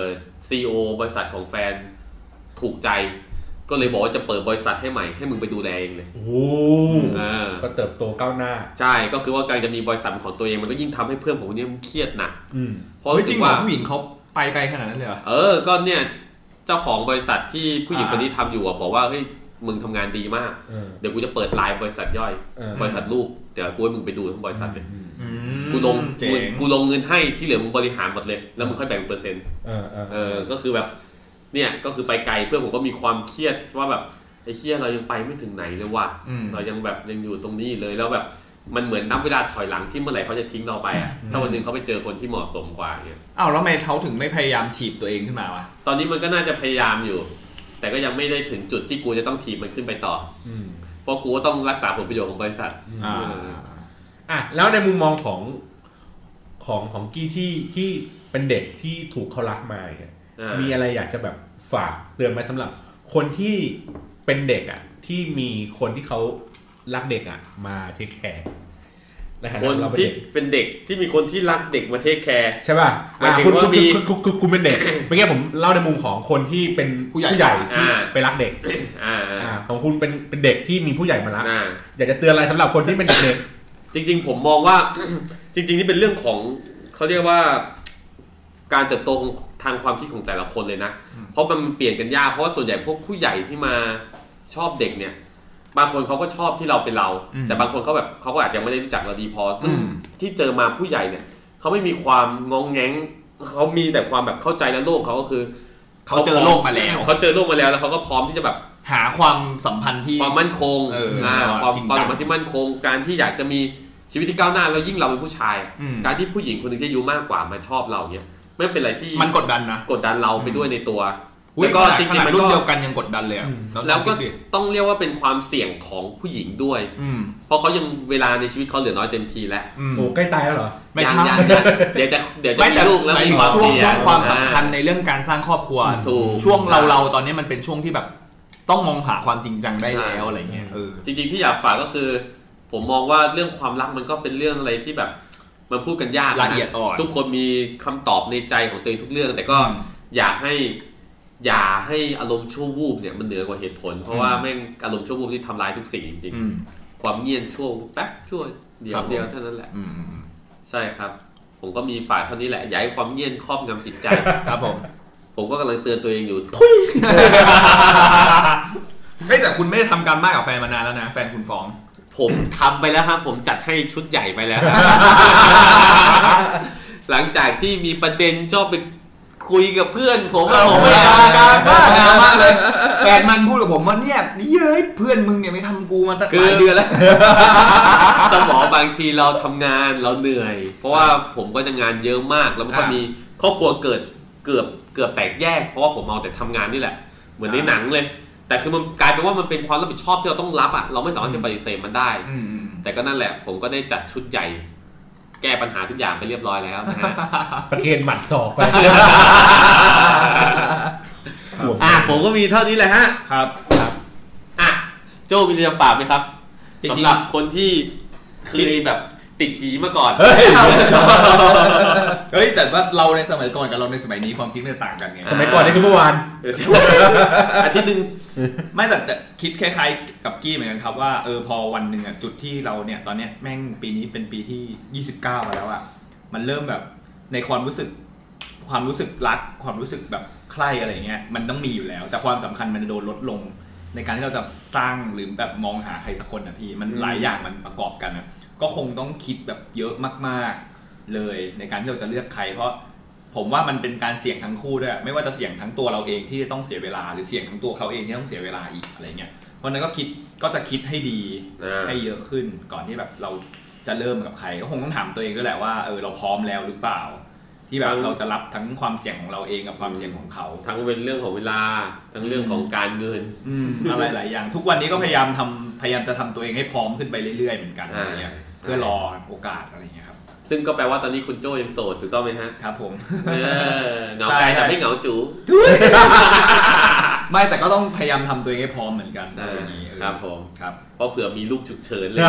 CEO บริษัทของแฟนถูกใจก็เลยบอกว่าจะเปิดบริษัทให้ใหม่ให้มึงไปดูแลเองเลยโอ้ก็เติบโตก้าวหน้าใช่ก็คือว่าการจะมีบริษัทของตัวเองมันก็ยิ่งทำให้เพื่อนผมเนี่ยเครียดหนักเพราะจริงว่าผู้หญิงเขาไปไกลขนาดนั้นเลยเหรอก็เนี่ยเจ้าของบริษัทที่ผู้หญิงคนนี้ทำอยู่บอกว่าเฮ้ยมึงทำงานดีมากเดี๋ยวกูจะเปิดไลน์บริษัทย่อยบริษัทลูกเดี๋ยวกูให้มึงไปดูทั้งบริษัทเลยกูลงเงินให้ที่เหลือมึงบริหารหมดเลยแล้วมึงค่อยแบ่งเปอร์เซ็นต์ก็คือแบบเนี่ยก็คือไปไกลเพื่อนผมก็มีความเครียดว่าแบบไอ้เชี่ยเรายังไปไม่ถึงไหนเลยว่ะเรายังแบบยังอยู่ตรงนี้เลยแล้วแบบมันเหมือนนับเวลาถอยหลังที่เมื่อไหร่เขาจะทิ้งเราไปอ่ะถ้าวันนึงเขาไปเจอคนที่เหมาะสมกว่าเนี่ยแล้วทำไมเขาถึงไม่พยายามถีบตัวเองขึ้นมาวะตอนนี้มันก็น่าจะพยายามอยู่แต่ก็ยังไม่ได้ถึงจุดที่กูจะต้องถีบมันขึ้นไปต่อเพราะกูก็ต้องรักษาผลประโยชน์ของบริษัทแล้วในมุมมองของกี้ที่เป็นเด็กที่ถูกเขารักมาเนี่ยมีอะไรอยากจะแบบฝากเตือนไหมสำหรับคนที่เป็นเด็กอ่ะที่มีคนที่เขารักเด็กอ่ะมาเทคแคร์คนที่เป็นเด็กที่มีคนที่รักเด็กมาเทคแคร์ใช่ป่ะคุณเป็นเด็กเมื่อกี้ผมเล่าในมุมของคนที่เป็นผู้ใหญ่ที่ไปรักเด็กของคุณเป็นเด็กที่มีผู้ใหญ่มารักอยากจะเตือนอะไรสำหรับคนที่เป็นเด็กจริงๆผมมองว่าจริงๆนี่เป็นเรื่องของเขาเรียกว่าการเติบโตของทางความคิดของแต่ละคนเลยนะเพราะมันเปลี่ยนกันยากเพราะว่าส่วนใหญ่พวกผู้ใหญ่ที่มาชอบเด็กเนี่ยบางคนเขาก็ชอบที่เราเป็นเราแต่บางคนเขาแบบเขาก็อาจจะไม่ได้รู้จักเราดีพอซึ่งที่เจอมาผู้ใหญ่เนี่ยเขาไม่มีความงงแงงเขามีแต่ความแบบเข้าใจและโลกเขาก็คือเขาเจอโลกมาแล้วแล้วเขาก็พร้อมที่จะแบบหาความสัมพันธ์ที่ความมั่นคงความสัมพันธ์ที่มั่นคงการที่อยากจะมีชีวิตที่ก้าวหน้าแล้วยิ่งเราเป็นผู้ชายการที่ผู้หญิงคนนึงที่อายุมากกว่ามาชอบเราเนี่ยไม่เป็นไรที่มันกดดันนะกดดันเราไปด้วยในตัวแล้วก็จริงๆมันรุ่นเดียวกันยังกดดันเลยแล้วก็ต้องเรียกว่าเป็นความเสี่ยงของผู้หญิงด้วยเพราะเขายังเวลาในชีวิตเขาเหลือน้อยเต็มทีแล้วโอ้ใกล้ตายแล้วเหรอไม่ใช่เดี๋ยวจะมีลูกแล้วมีความเสี่ยงความสำคัญในเรื่องการสร้างครอบครัวช่วงเราตอนนี้มันเป็นช่วงที่แบบต้องมองหาความจริงจังได้แล้วอะไรเงี้ยจริงๆที่อยากฝากก็คือผมมองว่าเรื่องความรักมันก็เป็นเรื่องอะไรที่แบบมันพูดกันยากละเอียดอ่อนทุกคนมีคำตอบในใจของตัวเองทุกเรื่องแต่ก็อย่าให้อารมณ์ชั่ววูบเนี่ยมันเหนือกว่าเหตุผลเพราะว่าแม่งอารมณ์ชั่ววูบที่ทำลายทุกสิ่งจริงๆความเงียบชั่วแป๊บชั่วเดียวเท่านั้นแหละใช่ครับผมก็มีฝ่ายเท่านี้แหละอย่าให้ความเงียบครอบงำจิตใจครับผมก็กำลังเตือนตัวเองอยู่แต่คุณไม่ได้ทำการบ้านกับแฟนมานานแล้วนะแฟนคุณฟ้องผมทำไปแล้วครับผมจัดให้ชุดใหญ่ไปแล้วหลังจากที่มีประเด็นชอบไปคุยกับเพื่อนผมไม่การมากเลยแฟนมันพูดกับผมว่าเนี่ยเย้ยเพื่อนมึงเนี่ยไม่ทำกูมาตั้งหลายเดือนแล้วต้องบอกบางทีเราทำงานเราเหนื่อยเพราะว่าผมก็จะงานเยอะมากแล้วมันก็มีครอบครัวเกือบแตกแยกเพราะว่าผมเอาแต่ทำงานนี่แหละเหมือนในหนังเลยแต่คือมันกลายเป็นว่ามันเป็นความรับผิดชอบที่เราต้องรับอ่ะเราไม่สามารถจะปฏิเสธมันได้แต่ก็นั่นแหละผมก็ได้จัดชุดใหญ่แก้ปัญหาทุกอย่างไปเรียบร้อยแล้วนะฮะประเคนหมัดศอกไปผมก็มีเท่านี้แหละฮะครับโจ้มีเรื่องฝากไหมครับสำหรับคนที่เคยแบบติดหีมาก่อนเฮ้ยแต่ว่าเราในสมัยก่อนกับเราในสมัยนี้ความคิดมันต่างกันไงสมัยก่อนนี่คือเมื่อวานอาทิตย์นึงไม่แต่คิดคล้ายๆกับกี้เหมือนกันครับว่าพอวันนึงอ่ะจุดที่เราเนี่ยตอนเนี้ยแม่งปีนี้เป็นปีที่29มาแล้วอ่ะมันเริ่มแบบในความรู้สึกรักความรู้สึกแบบใคร่อะไรเงี้ยมันต้องมีอยู่แล้วแต่ความสำคัญมันจะโดนลดลงในการที่เราจะสร้างหรือแบบมองหาใครสักคนนะพี่มันหลายอย่างมันประกอบกันนะก็คงต้องคิดแบบเยอะมากๆเลยในการที่เราจะเลือกใครเพราะผมว่ามันเป็นการเสี่ยงทั้งคู่ด้วยไม่ว่าจะเสี่ยงทั้งตัวเราเองที่ต้องเสียเวลาหรือเสี่ยงทั้งตัวเขาเองที่ต้องเสียเวลาอีกอะไรเงี้ยเพราะนั้นก็จะคิดให้ดีให้เยอะขึ้นก่อนที่แบบเราจะเริ่มกับใครก็คงต้องถามตัวเองด้วยแหละว่าเราพร้อมแล้วหรือเปล่าที่แบบเราจะรับทั้งความเสี่ยงของเราเองกับความเสี่ยงของเขาทั้งเป็นเรื่องของเวลาทั้งเรื่องของการเงินอะไรหลายอย่างทุกวันนี้ก็พยายามจะทำตัวเองให้พร้อมขึ้นไปเรื่อยๆเหมือนกันอะไรเงี้ยเพื่อรอโอกาสอะไรเงี้ยครับซึ่งก็แปลว่าตอนนี้คุณโจ้ยังโสดถูกต้องไหมฮะครับผมเหงาใจแต่ไม่เหงาจู๋ไม่แต่ก็ต้องพยายามทำตัวเองให้พร้อมเหมือนกันอย่างนี้ครับผมครับเพราะเผื่อมีลูกฉุกเฉินเลย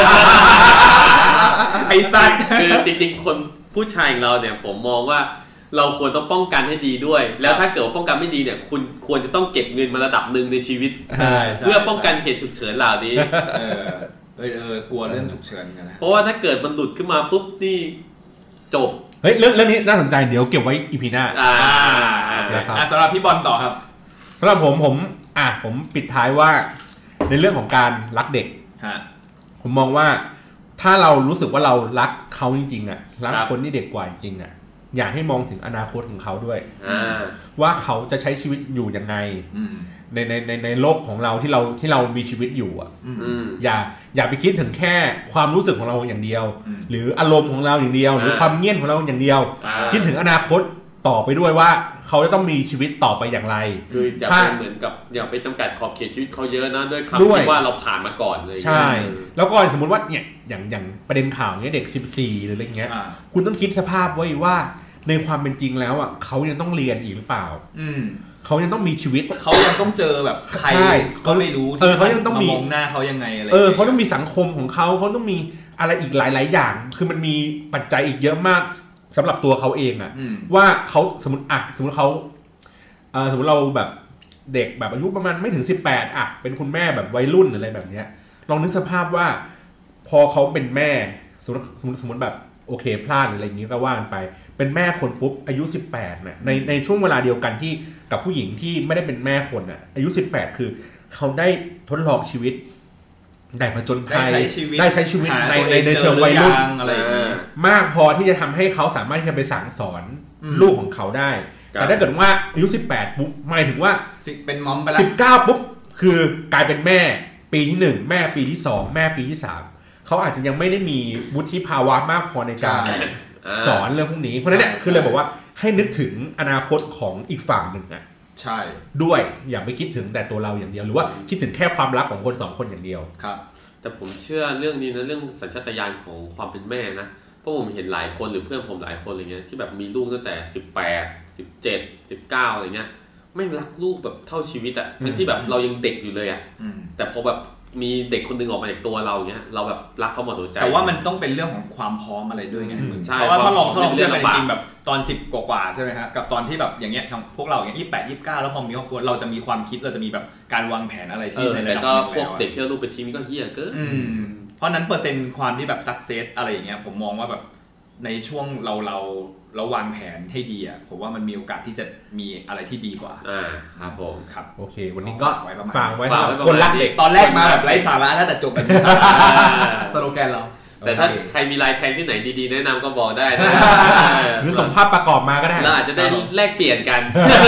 ไอ้สัตว์คือจริงๆคนผู้ชายของเราเนี่ยผมมองว่าเราควรต้องป้องกันให้ดีด้วยแล้วถ้าเกิดว่าป้องกันไม่ดีเนี่ยคุณควรจะต้องเก็บเงินมาระดับหนึ่งในชีวิตเพื่อป้องกันเหตุฉุกเฉินเหล่านี้กลัวเรื่องฉุกเฉินกันนะเพราะว่าถ้าเกิดมันหลุดขึ้นมาปุ๊บนี่จบเฮ้ยเรื่องนี้น่าสนใจเดี๋ยวเก็บไว้ EP หน้านะครับสำหรับพี่บอลต่อครับสำหรับผมปิดท้ายว่าในเรื่องของการรักเด็กผมมองว่าถ้าเรารู้สึกว่าเรารักเขาจริงๆอ่ะรักคนที่เด็กกว่าจริงๆอ่ะอยากให้มองถึงอนาคตของเขาด้วยว่าเขาจะใช้ชีวิตอยู่ยังไงในโลกของเราที่เรามีชีวิตอยู่อ่ะอย่าไปคิดถึงแค่ความรู้สึกของเราอย่างเดียวหรืออารมณ์ของเราอย่างเดียวหรือความเงียบของเราอย่างเดียวคิดถึงอนาคตต่อไปด้วยว่าเขาจะต้องมีชีวิตต่อไปอย่างไรคืออย่าเป็นเหมือนกับอย่าไปจำกัดขอบเขตชีวิตเขาเยอะนะด้วยคำที่ว่าเราผ่านมาก่อนเลยใช่แล้วก็สมมติว่าเนี่ยอย่างประเด็นข่าวเนี้ยเด็ก14หรืออะไรเงี้ยคุณต้องคิดสภาพไว้ว่าในความเป็นจริงแล้วอ่ะเขายังต้องเรียนอีกหรือเปล่าเขายังต้องมีชีวิตเขายังต้องเจอแบบใครก็ไม่รู้เขายังต้องมีมองหน้าเขายังไงอะไรเขาต้องมีสังคมของเขาต้องมีอะไรอีกหลายๆอย่างคือมันมีปัจจัยอีกเยอะมากสำหรับตัวเขาเองอ่ะว่าเขาสมมติเขาสมมติเราแบบเด็กแบบอายุประมาณไม่ถึง18อ่ะเป็นคุณแม่แบบวัยรุ่นอะไรแบบเนี้ยลองนึกสภาพว่าพอเขาเป็นแม่สมมติแบบโอเคพลาดหรืออะไรอย่างนี้ก็ว่ากันไปเป็นแม่คนปุ๊บอายุ18น่ะในช่วงเวลาเดียวกันที่กับผู้หญิงที่ไม่ได้เป็นแม่คนอ่ะอายุ18คือเขาได้ทดลองชีวิตได้ผจญภัยได้ใช้ชีวิตในเชิงวัยรุ่นอะไรมากพอที่จะทำให้เขาสามารถที่จะไปสั่งสอนลูกของเขาได้แต่ถ้าเกิดว่าอายุ18ปุ๊บหมายถึงว่าเป็นมอมไปแล้ว 19ปุ๊บคือกลายเป็นแม่ปีที่1แม่ปีที่2แม่ปีที่3เขาอาจจะยังไม่ได้มีวุฒิภาวะมากพอในการสอนเรื่องพวกนี้เพราะฉะนั้นเนี่ยคือเลยบอกว่าให้นึกถึงอนาคตของอีกฝั่งหนึ่งอ่ะใช่ด้วยอย่าไปคิดถึงแต่ตัวเราอย่างเดียวหรือว่าคิดถึงแค่ความรักของคน2คนอย่างเดียวครับแต่ผมเชื่อเรื่องนี้นะเรื่องสัญชาตญาณของความเป็นแม่นะเพราะผมเห็นหลายคนหรือเพื่อนผมหลายคนอะไรเงี้ยที่แบบมีลูกตั้งแต่18 17 19อะไรเงี้ยไม่รักลูกแบบเท่าชีวิตอ่ะทั้งที่แบบเรายังเด็กอยู่เลยอ่ะแต่พอแบบมีเด็กคนนึงออกมาจากตัวเราเงี้ยเราแบบรักเขาหมดหัวใจแต่ว่ามันต้องเป็นเรื่องของความพร้อมอะไรด้วยไงเพราะว่าถ้าลองเทียบกันจริงแบบตอน10กว่าใช่ไหมฮะกับตอนที่แบบอย่างเงี้ยพวกเราอย่าง28 29แล้วพอมีครอบครัวเราจะมีความคิดเราจะมีแบบการวางแผนอะไรที่ในระดับนึงแล้วพวกเด็กที่ลูกเป็นทีมก็เฮี้ยเกินเพราะนั้นเปอร์เซ็นต์ความที่แบบซักเซสอะไรอย่างเงี้ยผมมองว่าแบบในช่วงเราวางแผนให้ดีอ่ะผมว่ามันมีโอกาสที่จะมีอะไรที่ดีกว่าครับผมครับโอเควันนี้ก็ฝากไว้คนรักเด็กตอนแรกมาแบบไร้สาระแล้วแต่จบแบบมีสาระสโลแกนเราแต่ถ้าใครมีลายแทงที่ไหนดีๆแนะนำก็บอกได้นะหรือส่งภาพประกอบมาก็ได้เราอาจจะได้แลกเปลี่ยนกัน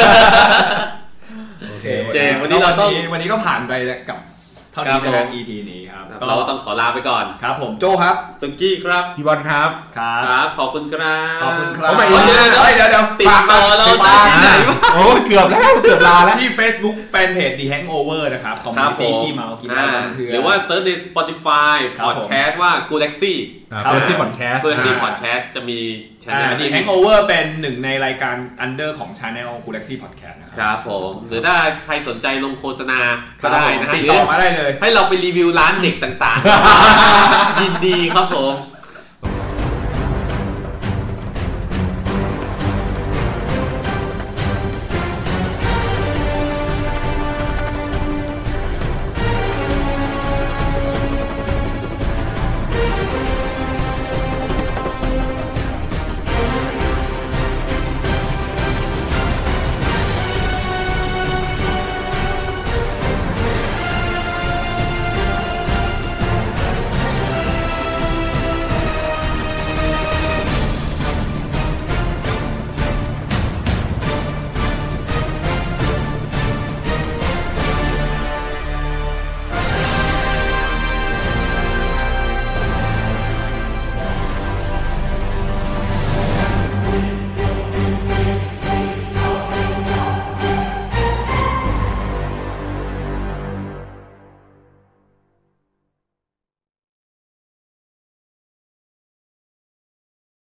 โอเควันนี้ก็ผ่านไปกับเท่านี้ใน EP นี้ครับเราต้องขอลาไปก่อนครับผมโจ้ครับสุกี้ครับพี่บอลครับครับขอบคุณครับขอบคุณครับเดี๋ยวติดต่อเราได้ที่ไหนโอ้เกือบลาแล้วที่ Facebook Fanpage The Hangover นะครับคอมมูนิตี้ขี้เมากินได้หรือว่าเซิร์ชใน Spotify Podcast ว่า Galaxy Galaxy Podcast Galaxy Podcast จะมี Channel The Hangover เป็นหนึ่งในรายการ Under ของ Channel Galaxy Podcast นะครับผมหรือถ้าใครสนใจลงโฆษณาก็ได้นะติดต่อมาได้เลยให้เราไปรีวิวร้านเด็กต่างๆยินดีครับผม